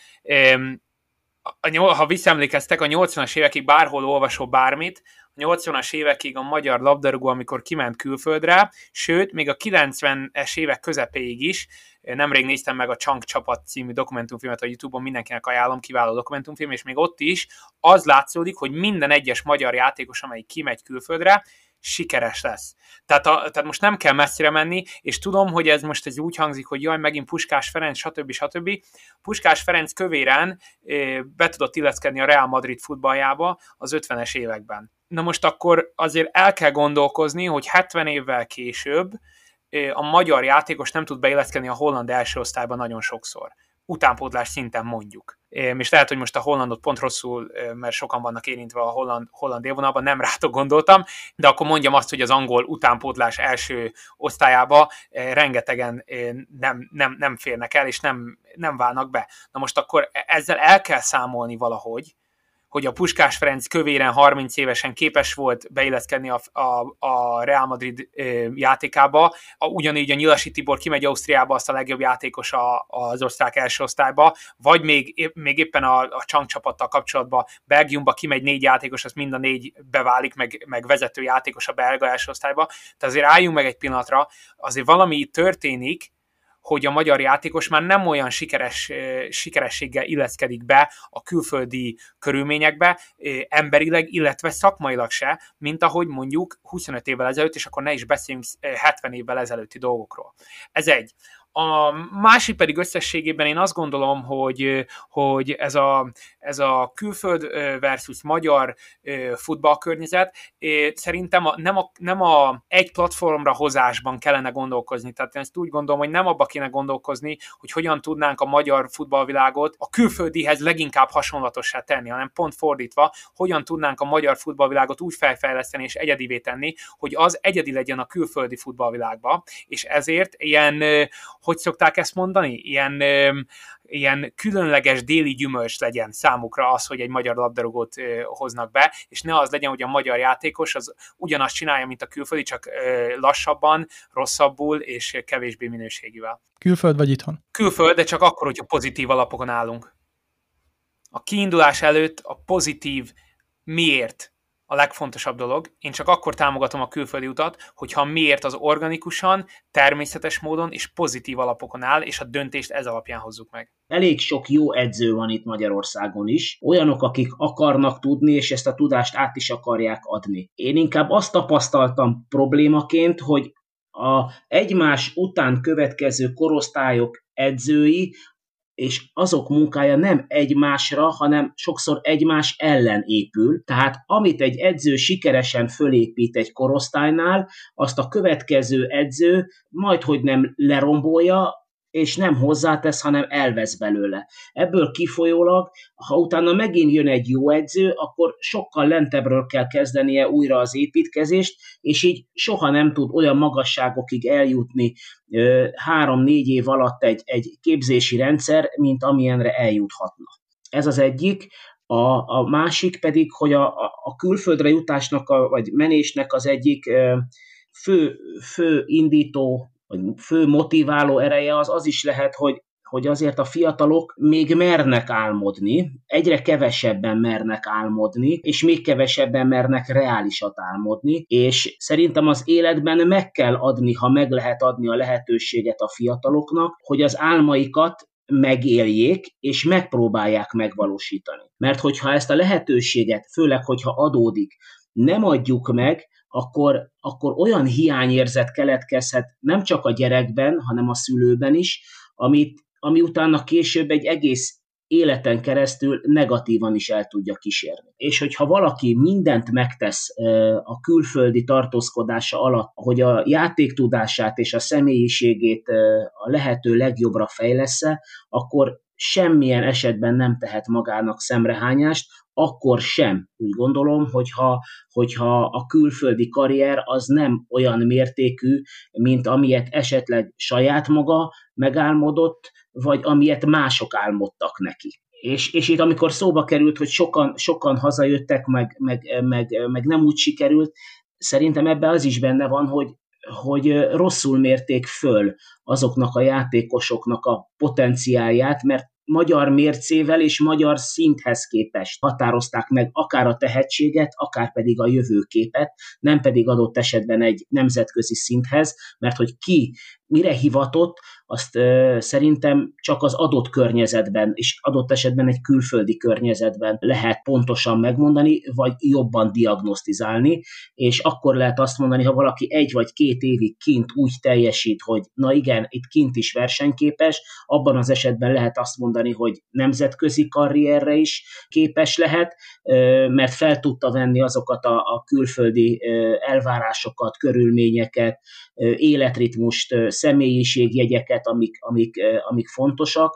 Ha visszaemlékeztek, a 80-as évekig bárhol olvasol bármit, a 80-as évekig a magyar labdarúgó, amikor kiment külföldre, sőt, még a 90-es évek közepéig is, nemrég néztem meg a Chunk Csapat című dokumentumfilmet a YouTube-on, mindenkinek ajánlom, kiváló dokumentumfilm, és még ott is az látszódik, hogy minden egyes magyar játékos, amelyik kimegy külföldre, sikeres lesz. Tehát most nem kell messzire menni, és tudom, hogy ez most úgy hangzik, hogy jaj, megint Puskás Ferenc, stb. Puskás Ferenc kövéren be tudott illeszkedni a Real Madrid futballjába az 50-es években. Na most akkor azért el kell gondolkozni, hogy 70 évvel később a magyar játékos nem tud beilleszkedni a holland első osztályban nagyon sokszor. Utánpótlás szinten mondjuk. És lehet, hogy most a hollandot pont rosszul, mert sokan vannak érintve a holland élvonalban, nem rátok gondoltam, de akkor mondjam azt, hogy az angol utánpótlás első osztályába rengetegen nem férnek el, és nem válnak be. Na most akkor ezzel el kell számolni valahogy, hogy a Puskás Ferenc kövéren 30 évesen képes volt beilleszkedni a Real Madrid játékába, ugyanígy a Nyilasi Tibor kimegy Ausztriába, azt a legjobb játékos az osztrák első osztályba, vagy még éppen a Chunk csapattal kapcsolatban Belgiumba kimegy 4 játékos, az mind a 4 beválik, meg vezető játékos a belga első osztályba. Tehát azért álljunk meg egy pillanatra, azért valami történik, hogy a magyar játékos már nem olyan sikerességgel illeszkedik be a külföldi körülményekbe, emberileg, illetve szakmailag se, mint ahogy mondjuk 25 évvel ezelőtt, és akkor ne is beszéljünk 70 évvel ezelőtti dolgokról. Ez egy. A másik pedig összességében én azt gondolom, hogy ez a külföld versus magyar futballkörnyezet szerintem nem a egy platformra hozásban kellene gondolkozni. Tehát én ezt úgy gondolom, hogy nem abba kéne gondolkozni, hogy hogyan tudnánk a magyar futballvilágot a külföldihez leginkább hasonlatossá tenni, hanem pont fordítva, hogyan tudnánk a magyar futballvilágot úgy felfejleszteni és egyedivé tenni, hogy az egyedi legyen a külföldi futballvilágba, és ezért ilyen, hogy szokták ezt mondani? Ilyen különleges déli gyümölcs legyen számukra az, hogy egy magyar labdarúgót hoznak be, és ne az legyen, hogy a magyar játékos az ugyanazt csinálja, mint a külföldi, csak lassabban, rosszabbul és kevésbé minőségűvel. Külföld vagy itthon? Külföld, de csak akkor, hogyha pozitív alapokon állunk. A kiindulás előtt a pozitív miért a legfontosabb dolog. Én csak akkor támogatom a külföldi utat, hogyha miért az organikusan, természetes módon és pozitív alapokon áll, és a döntést ez alapján hozzuk meg. Elég sok jó edző van itt Magyarországon is, olyanok, akik akarnak tudni, és ezt a tudást át is akarják adni. Én inkább azt tapasztaltam problémaként, hogy a egymás után következő korosztályok edzői és azok munkája nem egymásra, hanem sokszor egymás ellen épül. Tehát amit egy edző sikeresen fölépít egy korosztálynál, azt a következő edző majdhogy nem lerombolja, és nem hozzátesz, hanem elvesz belőle. Ebből kifolyólag, ha utána megint jön egy jó edző, akkor sokkal lentebbről kell kezdenie újra az építkezést, és így soha nem tud olyan magasságokig eljutni 3-4 év alatt egy képzési rendszer, mint amilyenre eljuthatna. Ez az egyik. A másik pedig, hogy a külföldre jutásnak, vagy menésnek az egyik fő indító, vagy fő motiváló ereje az is lehet, hogy azért a fiatalok még mernek álmodni, egyre kevesebben mernek álmodni, és még kevesebben mernek reálisat álmodni, és szerintem az életben meg kell adni, ha meg lehet adni a lehetőséget a fiataloknak, hogy az álmaikat megéljék, és megpróbálják megvalósítani. Mert hogyha ezt a lehetőséget, főleg, hogyha adódik, nem adjuk meg, akkor olyan hiányérzet keletkezhet nem csak a gyerekben, hanem a szülőben is, ami utána később egy egész életen keresztül negatívan is el tudja kísérni. És hogyha valaki mindent megtesz a külföldi tartózkodása alatt, hogy a játéktudását és a személyiségét a lehető legjobbra fejlessze, akkor semmilyen esetben nem tehet magának szemrehányást, akkor sem. Úgy gondolom, hogyha a külföldi karrier az nem olyan mértékű, mint amilyet esetleg saját maga megálmodott, vagy amilyet mások álmodtak neki. És itt amikor szóba került, hogy sokan hazajöttek, meg nem úgy sikerült, szerintem ebben az is benne van, hogy rosszul mérték föl azoknak a játékosoknak a potenciálját, mert magyar mércével és magyar szinthez képest határozták meg akár a tehetséget, akár pedig a jövőképet, nem pedig adott esetben egy nemzetközi szinthez, mert hogy ki mire hivatott, azt szerintem csak az adott környezetben, és adott esetben egy külföldi környezetben lehet pontosan megmondani, vagy jobban diagnosztizálni, és akkor lehet azt mondani, ha valaki 1 vagy 2 évig kint úgy teljesít, hogy na igen, itt kint is versenyképes, abban az esetben lehet azt mondani, hogy nemzetközi karrierre is képes lehet, mert fel tudta venni azokat a külföldi elvárásokat, körülményeket, életritmust, személyiségjegyeket, amik fontosak.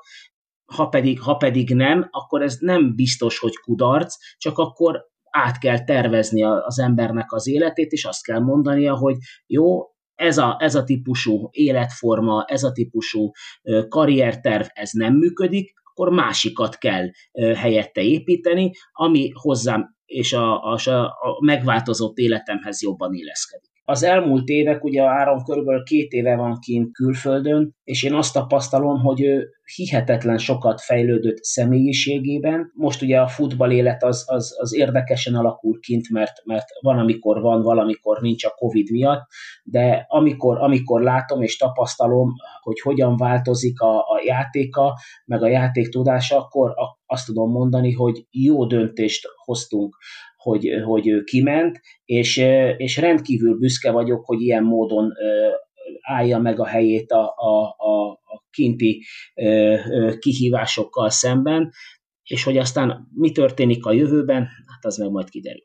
Ha pedig nem, akkor ez nem biztos, hogy kudarc, csak akkor át kell tervezni az embernek az életét, és azt kell mondania, hogy jó, ez a típusú életforma, ez a típusú karrierterv, ez nem működik, akkor másikat kell helyette építeni, ami hozzám és a megváltozott életemhez jobban illeszkedik. Az elmúlt évek, ugye Áron körülbelül 2 éve van kint külföldön, és én azt tapasztalom, hogy ő hihetetlen sokat fejlődött személyiségében. Most ugye a futball élet az érdekesen alakul kint, mert van, amikor van, valamikor nincs a Covid miatt, de amikor látom és tapasztalom, hogy hogyan változik a játéka, meg a játéktudása, akkor azt tudom mondani, hogy jó döntést hoztunk, hogy ő kiment, és rendkívül büszke vagyok, hogy ilyen módon állja meg a helyét a kinti kihívásokkal szemben, és hogy aztán mi történik a jövőben, hát az meg majd kiderül.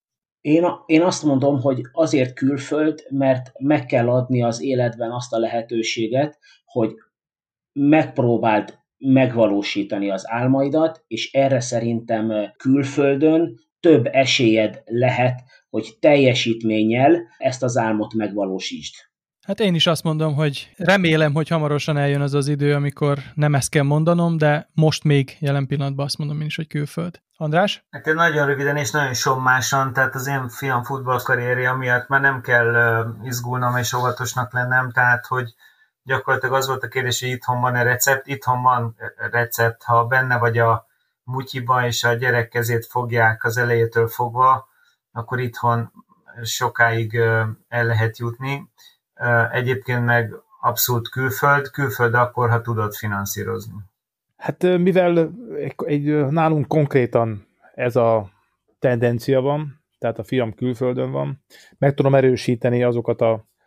Én azt mondom, hogy azért külföld, mert meg kell adni az életben azt a lehetőséget, hogy megpróbáld megvalósítani az álmaidat, és erre szerintem külföldön több esélyed lehet, hogy teljesítménnyel ezt az álmot megvalósítsd. Hát én is azt mondom, hogy remélem, hogy hamarosan eljön az idő, amikor nem ezt kell mondanom, de most még jelen pillanatban azt mondom én is, hogy külföld. András? Hát én nagyon röviden és nagyon sommásan, tehát az én fiam futballkarrierje miatt már nem kell izgulnom és óvatosnak lennem, tehát hogy gyakorlatilag az volt a kérdés, hogy itthon van-e recept. Itthon van recept, ha benne vagy a mutyiba és a gyerek kezét fogják az elejétől fogva, akkor itthon sokáig el lehet jutni. Egyébként meg abszolút külföld akkor, ha tudod finanszírozni. Hát mivel nálunk konkrétan ez a tendencia van, tehát a fiam külföldön van, meg tudom erősíteni azokat a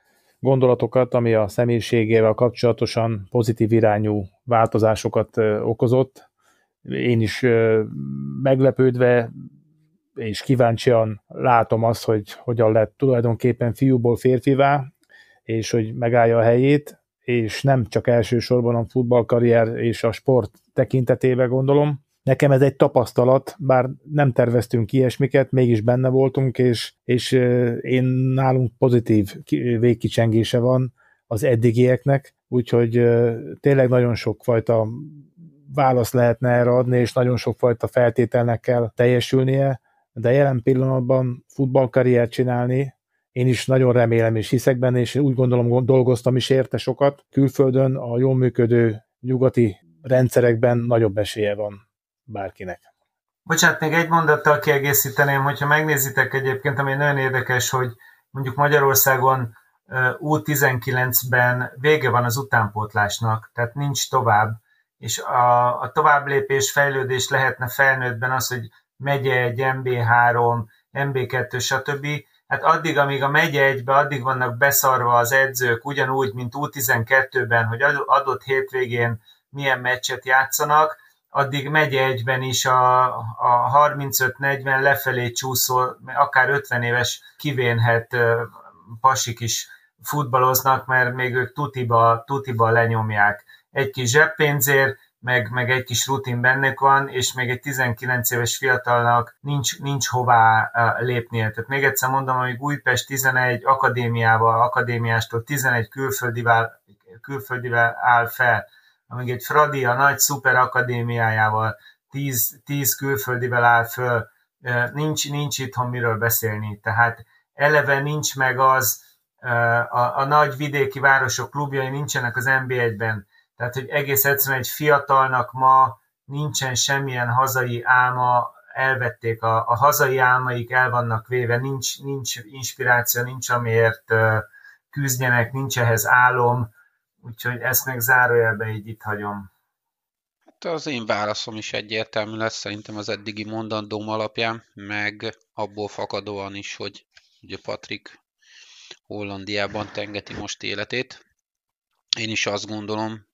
gondolatokat, ami a személyiségével kapcsolatosan pozitív irányú változásokat okozott. Én is meglepődve és kíváncsian látom azt, hogy hogyan lett tulajdonképpen fiúból férfivá, és hogy megállja a helyét, és nem csak elsősorban a futballkarrier és a sport tekintetében gondolom. Nekem ez egy tapasztalat, bár nem terveztünk ilyesmiket, mégis benne voltunk, és én nálunk pozitív végkicsengése van az eddigieknek, úgyhogy tényleg nagyon sokfajta választ lehetne erre adni, és nagyon sokfajta feltételnek kell teljesülnie, de jelen pillanatban futballkarriert csinálni, én is nagyon remélem és hiszek benne, és úgy gondolom, dolgoztam is érte sokat. Külföldön a jól működő nyugati rendszerekben nagyobb esélye van bárkinek. Bocsánat, még egy mondattal kiegészíteném, hogyha megnézitek egyébként, ami nagyon érdekes, hogy mondjuk Magyarországon U19-ben vége van az utánpótlásnak, tehát nincs tovább, és a továbblépés, fejlődés lehetne felnőttben az, hogy megye 1, MB3, MB2, stb. Hát addig, amíg a megye 1-be addig vannak beszarva az edzők, ugyanúgy, mint U12-ben, hogy adott hétvégén milyen meccset játszanak, addig megye 1-ben is a 35-40 lefelé csúszó, akár 50 éves kivénhet pasik is futballoznak, mert még ők tutiba lenyomják. Egy kis zseppénzért, meg egy kis rutin bennük van, és még egy 19 éves fiatalnak nincs hová lépnie. Tehát még egyszer mondom, amíg Újpest 11 akadémiástól 11 külföldivel áll fel, amíg egy Fradi a nagy szuper akadémiájával 10 külföldivel áll föl, nincs itthon miről beszélni. Tehát eleve nincs meg az, a nagy vidéki városok klubjai nincsenek az NB1-ben. Tehát, hogy egész egyszerűen egy fiatalnak ma nincsen semmilyen hazai álma, elvették a hazai álmaik, el vannak véve, nincs inspiráció, nincs amiért küzdjenek, nincs ehhez álom, úgyhogy ezt meg zárójelbe így itt hagyom. Hát az én válaszom is egyértelmű lesz, szerintem az eddigi mondandóm alapján, meg abból fakadóan is, hogy ugye Patrik Hollandiában tengeti most életét. Én is azt gondolom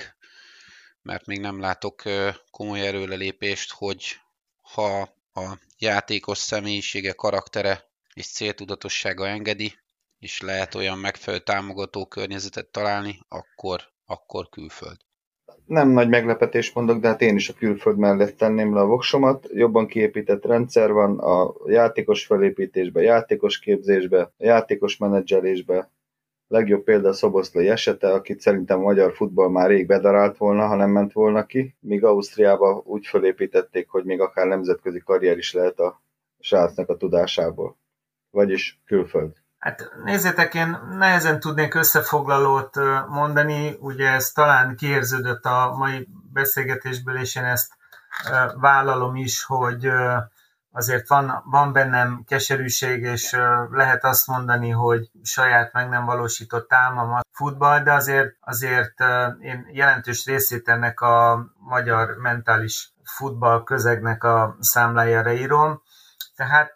mert még nem látok komoly erőlelépést, hogy ha a játékos személyisége, karaktere és céltudatossága engedi, és lehet olyan megfelelő támogató környezetet találni, akkor külföld. Nem nagy meglepetés mondok, de hát én is a külföld mellett tenném le a voksomat. Jobban kiépített rendszer van a játékos felépítésbe, játékos képzésbe, játékos menedzselésbe. Legjobb példa a Szoboszlai esete, akit szerintem a magyar futball már rég bedarált volna, ha nem ment volna ki. Míg Ausztriába úgy felépítették, hogy még akár nemzetközi karrier is lehet a srácnak a tudásából. Vagyis külföld. Hát nézzétek, én nehezen tudnék összefoglalót mondani, ugye ez talán kiérződött a mai beszélgetésből, és én ezt vállalom is, hogy azért van bennem keserűség, és lehet azt mondani, hogy saját meg nem valósított álmom a futball, de azért én jelentős részét ennek a magyar mentális futball közegnek a számlájára írom. Tehát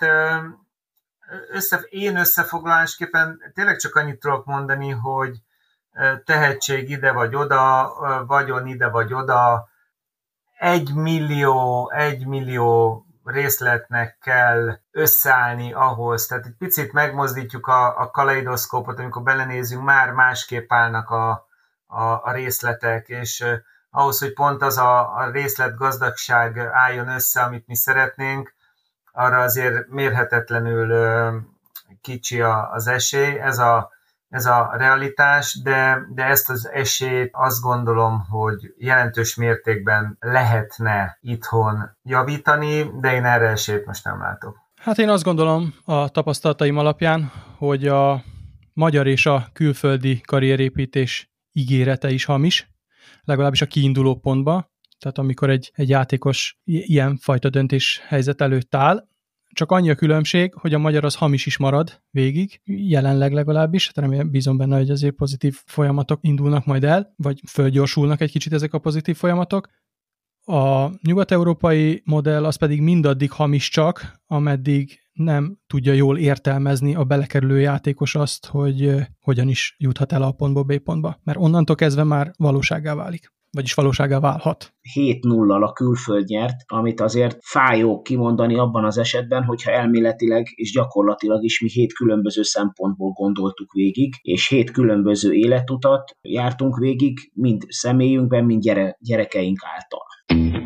én összefoglalásképpen tényleg csak annyit tudok mondani, hogy tehetség ide vagy oda, vagyon ide vagy oda, 1 millió részletnek kell összeállni ahhoz, tehát egy picit megmozdítjuk a kaleidoszkópot, amikor belenézünk, már másképp állnak a részletek, és ahhoz, hogy pont az a részletgazdagság álljon össze, amit mi szeretnénk, arra azért mérhetetlenül kicsi az esély, ez a realitás, de ezt az esélyt azt gondolom, hogy jelentős mértékben lehetne itthon javítani, de én erre esélyt most nem látok. Hát én azt gondolom a tapasztalataim alapján, hogy a magyar és a külföldi karrierépítés ígérete is hamis, legalábbis a kiinduló pontba, tehát amikor egy játékos ilyen fajta döntéshelyzet előtt áll, csak annyi a különbség, hogy a magyar az hamis is marad végig, jelenleg legalábbis, remélem, bízom benne, hogy azért pozitív folyamatok indulnak majd el, vagy fölgyorsulnak egy kicsit ezek a pozitív folyamatok. A nyugat-európai modell az pedig mindaddig hamis csak, ameddig nem tudja jól értelmezni a belekerülő játékos azt, hogy hogyan is juthat el a pontból B pontba. Mert onnantól kezdve már valósággá válik. Vagyis valósággá válhat. 7-0-al a külföld nyert, amit azért fájó kimondani abban az esetben, hogyha elméletileg és gyakorlatilag is mi 7 különböző szempontból gondoltuk végig, és 7 különböző életutat jártunk végig, mind személyünkben, mind gyerekeink által.